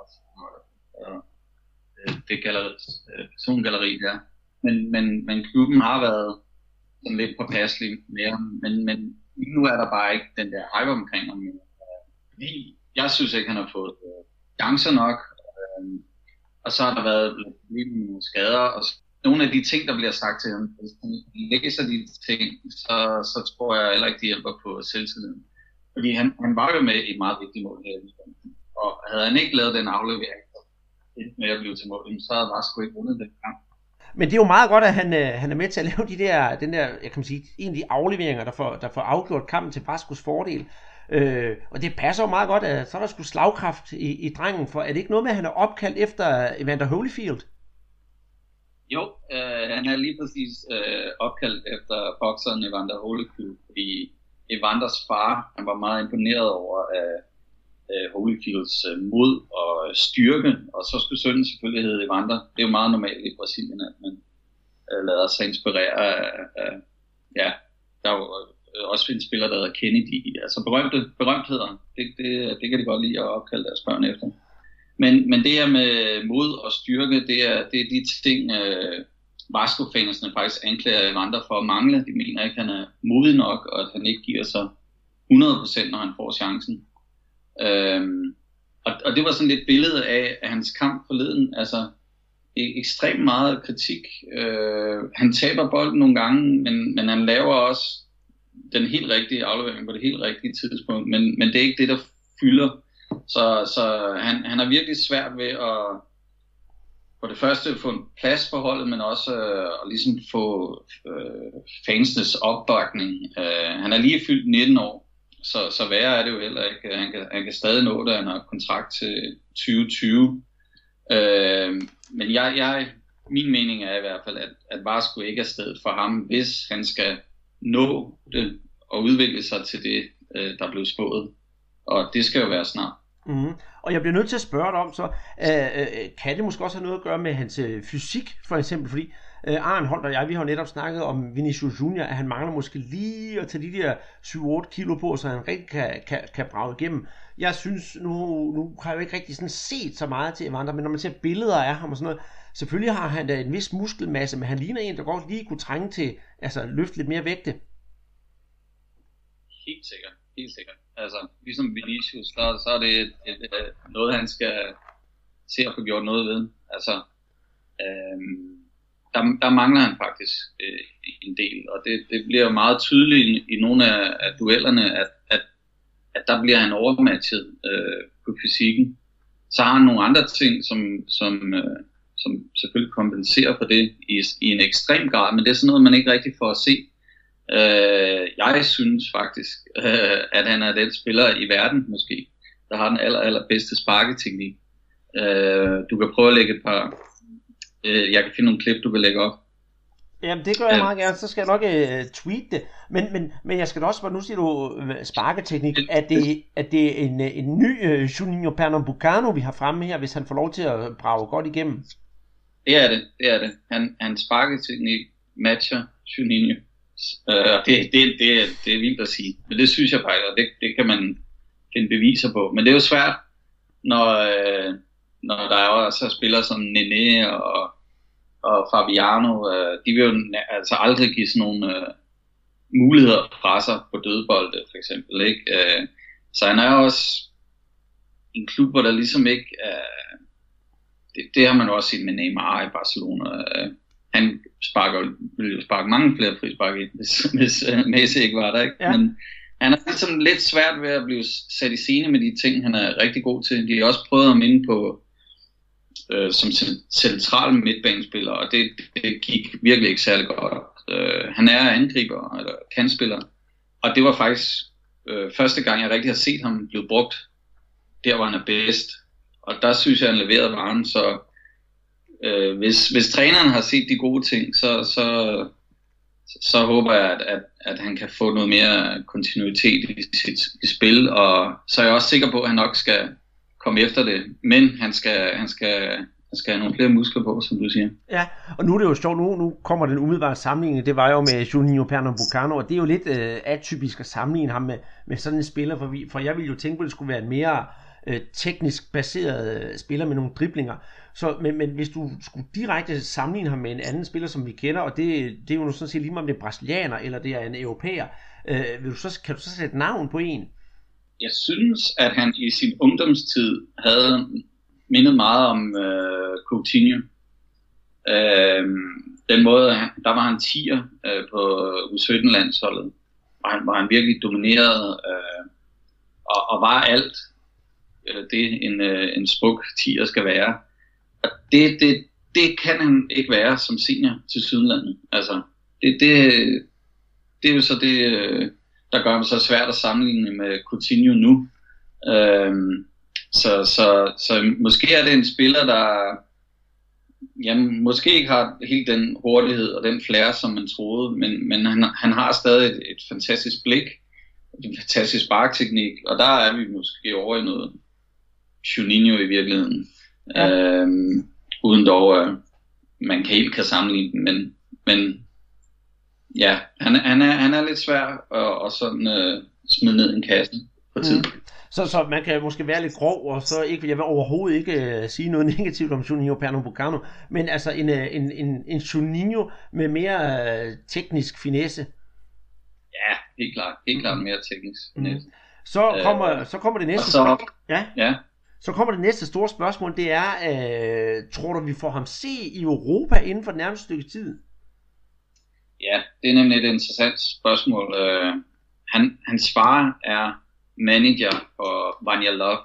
Speaker 4: og det persongalleri der. Men klubben har været sådan lidt påpasselig med ham, men nu er der bare ikke den der hype omkring ham. Jeg synes ikke, han har fået chancer nok, og så har der været nogle skader, og nogle af de ting, der bliver sagt til ham, hvis han læser de ting, så tror jeg heller ikke, de hjælper på selvtilliden. Fordi han var jo med i et meget vigtigt mål her, og havde han ikke lavet den aflevering med at blive til mål, så havde Vasco ikke vundet den kamp.
Speaker 2: Men det er jo meget godt, at han er med til at lave den der, jeg kan sige, en af de afleveringer, der får afgjort kampen til Vascos fordel. Og det passer jo meget godt, at så er der sgu slagkraft i drengen, for er det ikke noget med, at han er opkaldt efter Evander Holyfield?
Speaker 4: Jo, han er lige præcis opkaldt efter bokseren Evander Holyfield, fordi Evanders far, han var meget imponeret over Holyfields mod og styrke, og så skulle sønnen selvfølgelig hedde Evander. Det er jo meget normalt i Brasilien, at man lader sig inspirere af der er jo også en spiller, der hedder Kennedy. Altså berømtheder, det kan de godt lide at opkalde deres børn efter. Men det her med mod og styrke, det er de ting, Vasco-fansene faktisk anklager Evander for at mangle. De mener ikke, at han er modig nok, og at han ikke giver sig 100%, når han får chancen. Og det var sådan lidt billede af hans kamp forleden. Altså ekstremt meget kritik. Han taber bolden nogle gange, men han laver også den helt rigtige aflevering på det helt rigtige tidspunkt. Men det er ikke det, der fylder. Så han har virkelig svært ved at for det første få en plads på holdet, men også at ligesom få fansenes opbakning. Han er lige fyldt 19 år, så værre er det jo heller ikke. Han kan stadig nå det, han har kontrakt til 2020. Men min mening er i hvert fald, at Vasco ikke er stedet for ham, hvis han skal nå det og udvikle sig til det, der blev spået. Og det skal jo være snart.
Speaker 2: Mm-hmm. Og jeg bliver nødt til at spørge dig om, så kan det måske også have noget at gøre med hans fysik, for eksempel, fordi Arne Holt og jeg, vi har netop snakket om Vinicius Junior, at han mangler måske lige at tage de der 7-8 kilo på, så han rigtig kan brage igennem. Jeg synes, nu har jeg jo ikke rigtig sådan set så meget til Evander, men når man ser billeder af ham og sådan noget, selvfølgelig har han da en vis muskelmasse, men han ligner en, der godt lige kunne trænge til, altså løfte lidt mere vægte.
Speaker 4: Helt sikkert. Altså, ligesom Vinicius, så er det noget, han skal se at få gjort noget ved. Altså, der mangler han faktisk en del, og det bliver meget tydeligt i nogle af duellerne, at der bliver han overmatchet på fysikken. Så har han nogle andre ting, som selvfølgelig kompenserer for det i en ekstrem grad, men det er sådan noget, man ikke rigtig får at se. Jeg synes faktisk, at han er den spiller i verden måske, der har den allerbedste sparketeknik. Du kan prøve at lægge et par, jeg kan finde nogle klip, du kan lægge op.
Speaker 2: Jamen, det gør jeg meget gerne. Så skal jeg nok tweet det. Men jeg skal da også, nu siger du sparketeknik, at det er en ny Juninho Pernambucano, vi har fremme her, hvis han får lov til at brage godt igennem.
Speaker 4: Det er det. Han sparketeknik matcher Juninho. Det er vildt at sige. Men det synes jeg faktisk, og det kan man finde beviser på. Men det er jo svært, når der er også spillere som Nené og Fabiano, de vil jo altså aldrig give sådan nogle muligheder fra sig på dødbolde, for eksempel, ikke? Så han er også en klub, hvor der ligesom ikke det har man også set med Neymar i Barcelona. Han ville jo sparke mange flere frispark ind, hvis Messi ikke var der, ikke? Ja. Men han er ligesom lidt svært ved at blive sat i scene med de ting, han er rigtig god til. De har også prøvet ham inde på som central midtbanespiller, og det gik virkelig ikke særlig godt. Han er angriber, eller kantspiller, og det var faktisk første gang, jeg rigtig har set ham blive brugt, der hvor han er bedst. Og der synes jeg, han leverede varen, så hvis træneren har set de gode ting, så håber jeg, at han kan få noget mere kontinuitet i sit spil, og så er jeg også sikker på, at han nok skal komme efter det, men han skal have nogle flere muskler på, som du siger.
Speaker 2: Ja, og nu er det jo sjovt, nu kommer den umiddelbare sammenligning, det var jo med Juninho Pernambucano, og det er jo lidt atypisk at sammenligne ham med sådan en spiller, for jeg ville jo tænke på, at det skulle være en mere teknisk baseret spiller med nogle driblinger. Så, men hvis du skulle direkte sammenligne ham med en anden spiller, som vi kender, og det er jo sådan set lige meget om det er brasilianer, eller det er en europæer, kan du så sætte navn på en?
Speaker 4: Jeg synes, at han i sin ungdomstid havde mindet meget om Coutinho. Den måde, der var han 10'er på U17-landsholdet, hvor han virkelig dominerede og var alt det en smuk 10'er skal være. Og det kan han ikke være som senior til Sydlandet. Altså, det er jo så det, der gør ham så svært at sammenligne med Coutinho nu. Så måske er det en spiller, der måske ikke har helt den hurtighed og den flair, som man troede, men han har stadig et fantastisk blik, en fantastisk sparkteknik, og der er vi måske over i noget Juninho i virkeligheden. Ja. Uden dog, man kan sammenligne den, men ja, han er lidt svær og sådan smide ned en kasse på tid.
Speaker 2: Så man kan måske være lidt grov, og så ikke, jeg vil overhovedet ikke sige noget negativt om Juninho Pernambucano, men altså en Juninho med mere teknisk finesse.
Speaker 4: Ja, helt klart mere teknisk finesse.
Speaker 2: Så kommer det næste. Så kommer det næste store spørgsmål, det er, tror du vi får ham se i Europa inden for den nærmeste stykke tid?
Speaker 4: Ja, det er nemlig et interessant spørgsmål. Hans far er manager for Vanja Love.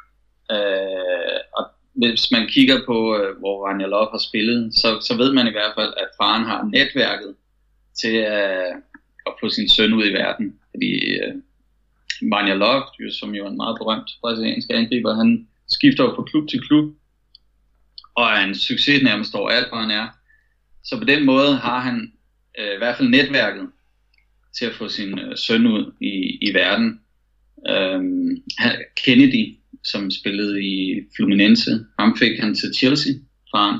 Speaker 4: Og hvis man kigger på, hvor Vanja Love har spillet, så ved man i hvert fald, at faren har netværket til at få sin søn ud i verden. Fordi Vanja Love, som jo er en meget berømt brasiliansk angriber, han skifter jo fra klub til klub, og er en succes nærmest overalt, hvor han er. Så på den måde har han i hvert fald netværket til at få sin søn ud i verden. Kennedy, som spillede i Fluminense, ham fik han til Chelsea, faren,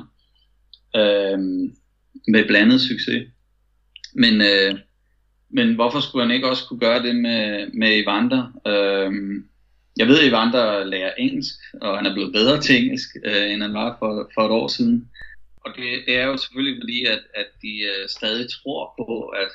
Speaker 4: med blandet succes. Men hvorfor skulle han ikke også kunne gøre det med Evander? Jeg ved, at Evander lærer engelsk, og han er blevet bedre til engelsk, end han var for et år siden. Og det er jo selvfølgelig fordi, at de stadig tror på, at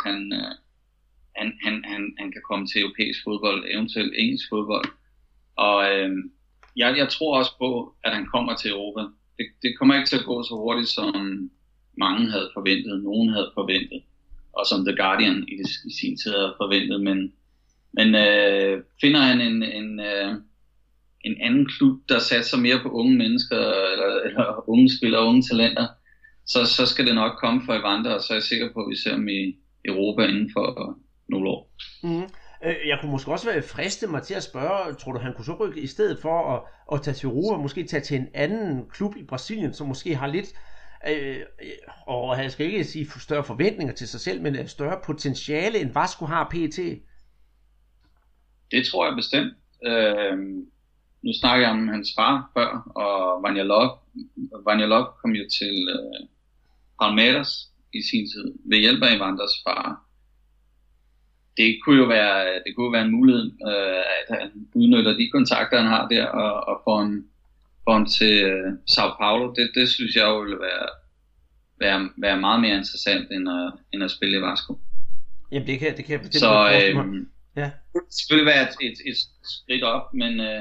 Speaker 4: han kan komme til europæisk fodbold, eventuelt engelsk fodbold. Og jeg tror også på, at han kommer til Europa. Det kommer ikke til at gå så hurtigt, som mange havde forventet, nogen havde forventet, og som The Guardian i sin tid havde forventet. Men finder han en anden klub, der satser mere på unge mennesker, eller unge spillere, unge talenter, så skal det nok komme for Evander, og så er jeg sikker på, at vi ser ham i Europa inden for nogle år.
Speaker 2: Jeg kunne måske også friste mig til at spørge, tror du han kunne så rykke i stedet for at tage til Europa, måske tage til en anden klub i Brasilien, som måske har lidt, Og han skal ikke sige større forventninger til sig selv, men større potentiale end Vasco har pt.
Speaker 4: Det tror jeg bestemt. Nu snakker jeg om hans far før, og Vanja Lok kom jo til Palmeiras i sin tid ved hjælp af Evanders far. Det kunne jo være en mulighed, at han udnytter de kontakter, han har der, og får han til Sao Paulo. Det synes jeg jo ville være meget mere interessant, end at spille i Vasco.
Speaker 2: Jamen det kan jeg bestemt.
Speaker 4: Så ja. Det vil selvfølgelig være et skridt op,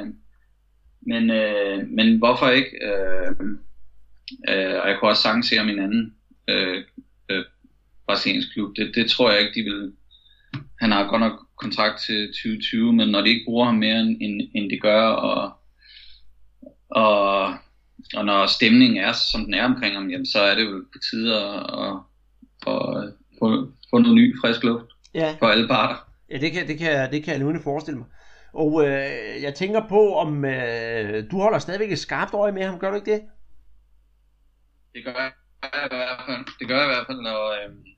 Speaker 4: men hvorfor ikke? Og jeg kunne også sagtens se om en anden brasiliansk klub. Det tror jeg ikke, de vil. Han har godt nok kontrakt til 2020, men når de ikke bruger ham mere, end de gør, og når stemningen er, som den er omkring ham, jamen, så er det jo på tide at få noget ny, frisk luft for alle parter.
Speaker 2: Ja, det kan jeg nu forestille mig. Og jeg tænker på, om du holder stadigvæk et skarpt øje med ham, gør du ikke det?
Speaker 4: Det gør jeg i hvert fald. Og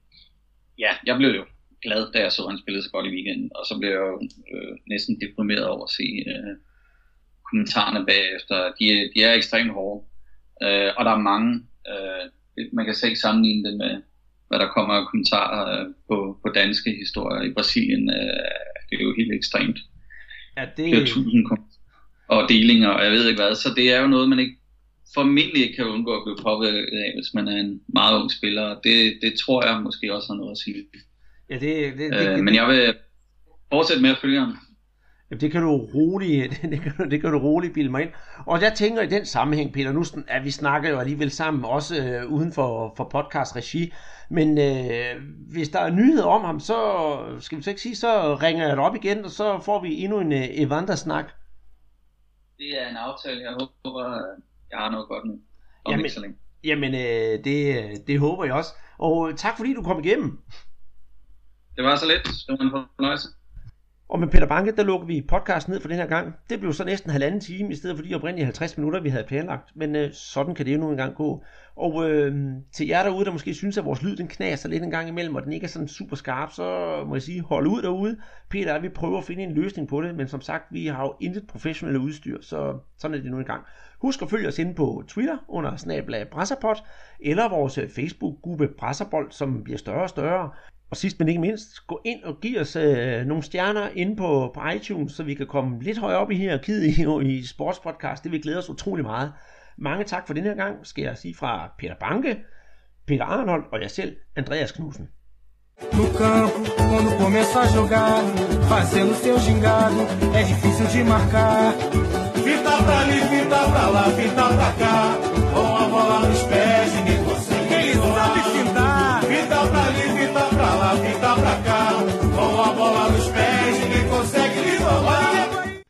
Speaker 4: jeg blev jo glad, da jeg så, han spillede så godt i weekenden, og så blev jeg jo næsten deprimeret over at se kommentarerne bagefter. De er ekstremt hårde, og der er mange. Man kan slet ikke sammenligne det med, hvad der kommer af kommentarer på danske historier i Brasilien. Det er jo helt ekstremt. Ja, det er 1000 og delinger, og jeg ved ikke hvad. Så det er jo noget, man ikke formentlig ikke kan undgå at blive påvirket af, hvis man er en meget ung spiller. Det tror jeg måske også har noget at sige. Ja, men jeg vil fortsætte med at følge ham.
Speaker 2: Jamen, det kan du roligt bilde mig ind. Og jeg tænker i den sammenhæng, Peter, nu at vi snakker jo alligevel sammen, også uden for podcast regi, men hvis der er nyheder om ham, så skal vi så ikke sige, så ringer jeg dig op igen, og så får vi endnu en Evander-snak.
Speaker 4: Det er en aftale, jeg håber, jeg har noget godt med.
Speaker 2: Jamen, det håber jeg også. Og tak fordi du kom igennem.
Speaker 4: Det var så let. Det var en fornøjelse.
Speaker 2: Og med Peter Banke, der lukker vi podcasten ned for den her gang. Det blev så næsten 1,5 time, i stedet for de oprindelige 50 minutter, vi havde planlagt. Men sådan kan det jo nu engang gå. Og til jer derude, der måske synes, at vores lyd den knaser lidt en gang imellem, og den ikke er sådan super skarp, så må jeg sige, hold ud derude. Peter, vi prøver at finde en løsning på det, men som sagt, vi har jo intet professionelle udstyr, så sådan er det nu engang. Husk at følge os inde på Twitter under @Brasserpod, eller vores Facebook-gruppe Brasserbold, som bliver større og større. Og sidst men ikke mindst, gå ind og giv os nogle stjerner inde på iTunes, så vi kan komme lidt højere op i hierarkiet i sportspodcast. Det vil glæde os utrolig meget. Mange tak for den her gang, skal jeg sige fra Peter Banke, Peter Arnold og jeg selv, Andreas Knudsen.
Speaker 1: No campo, quando começa a jogar, fazendo seu gingado, é difícil de marcar. Fita pra ali, fita pra lá, fita pra cá, com a bola nos pés.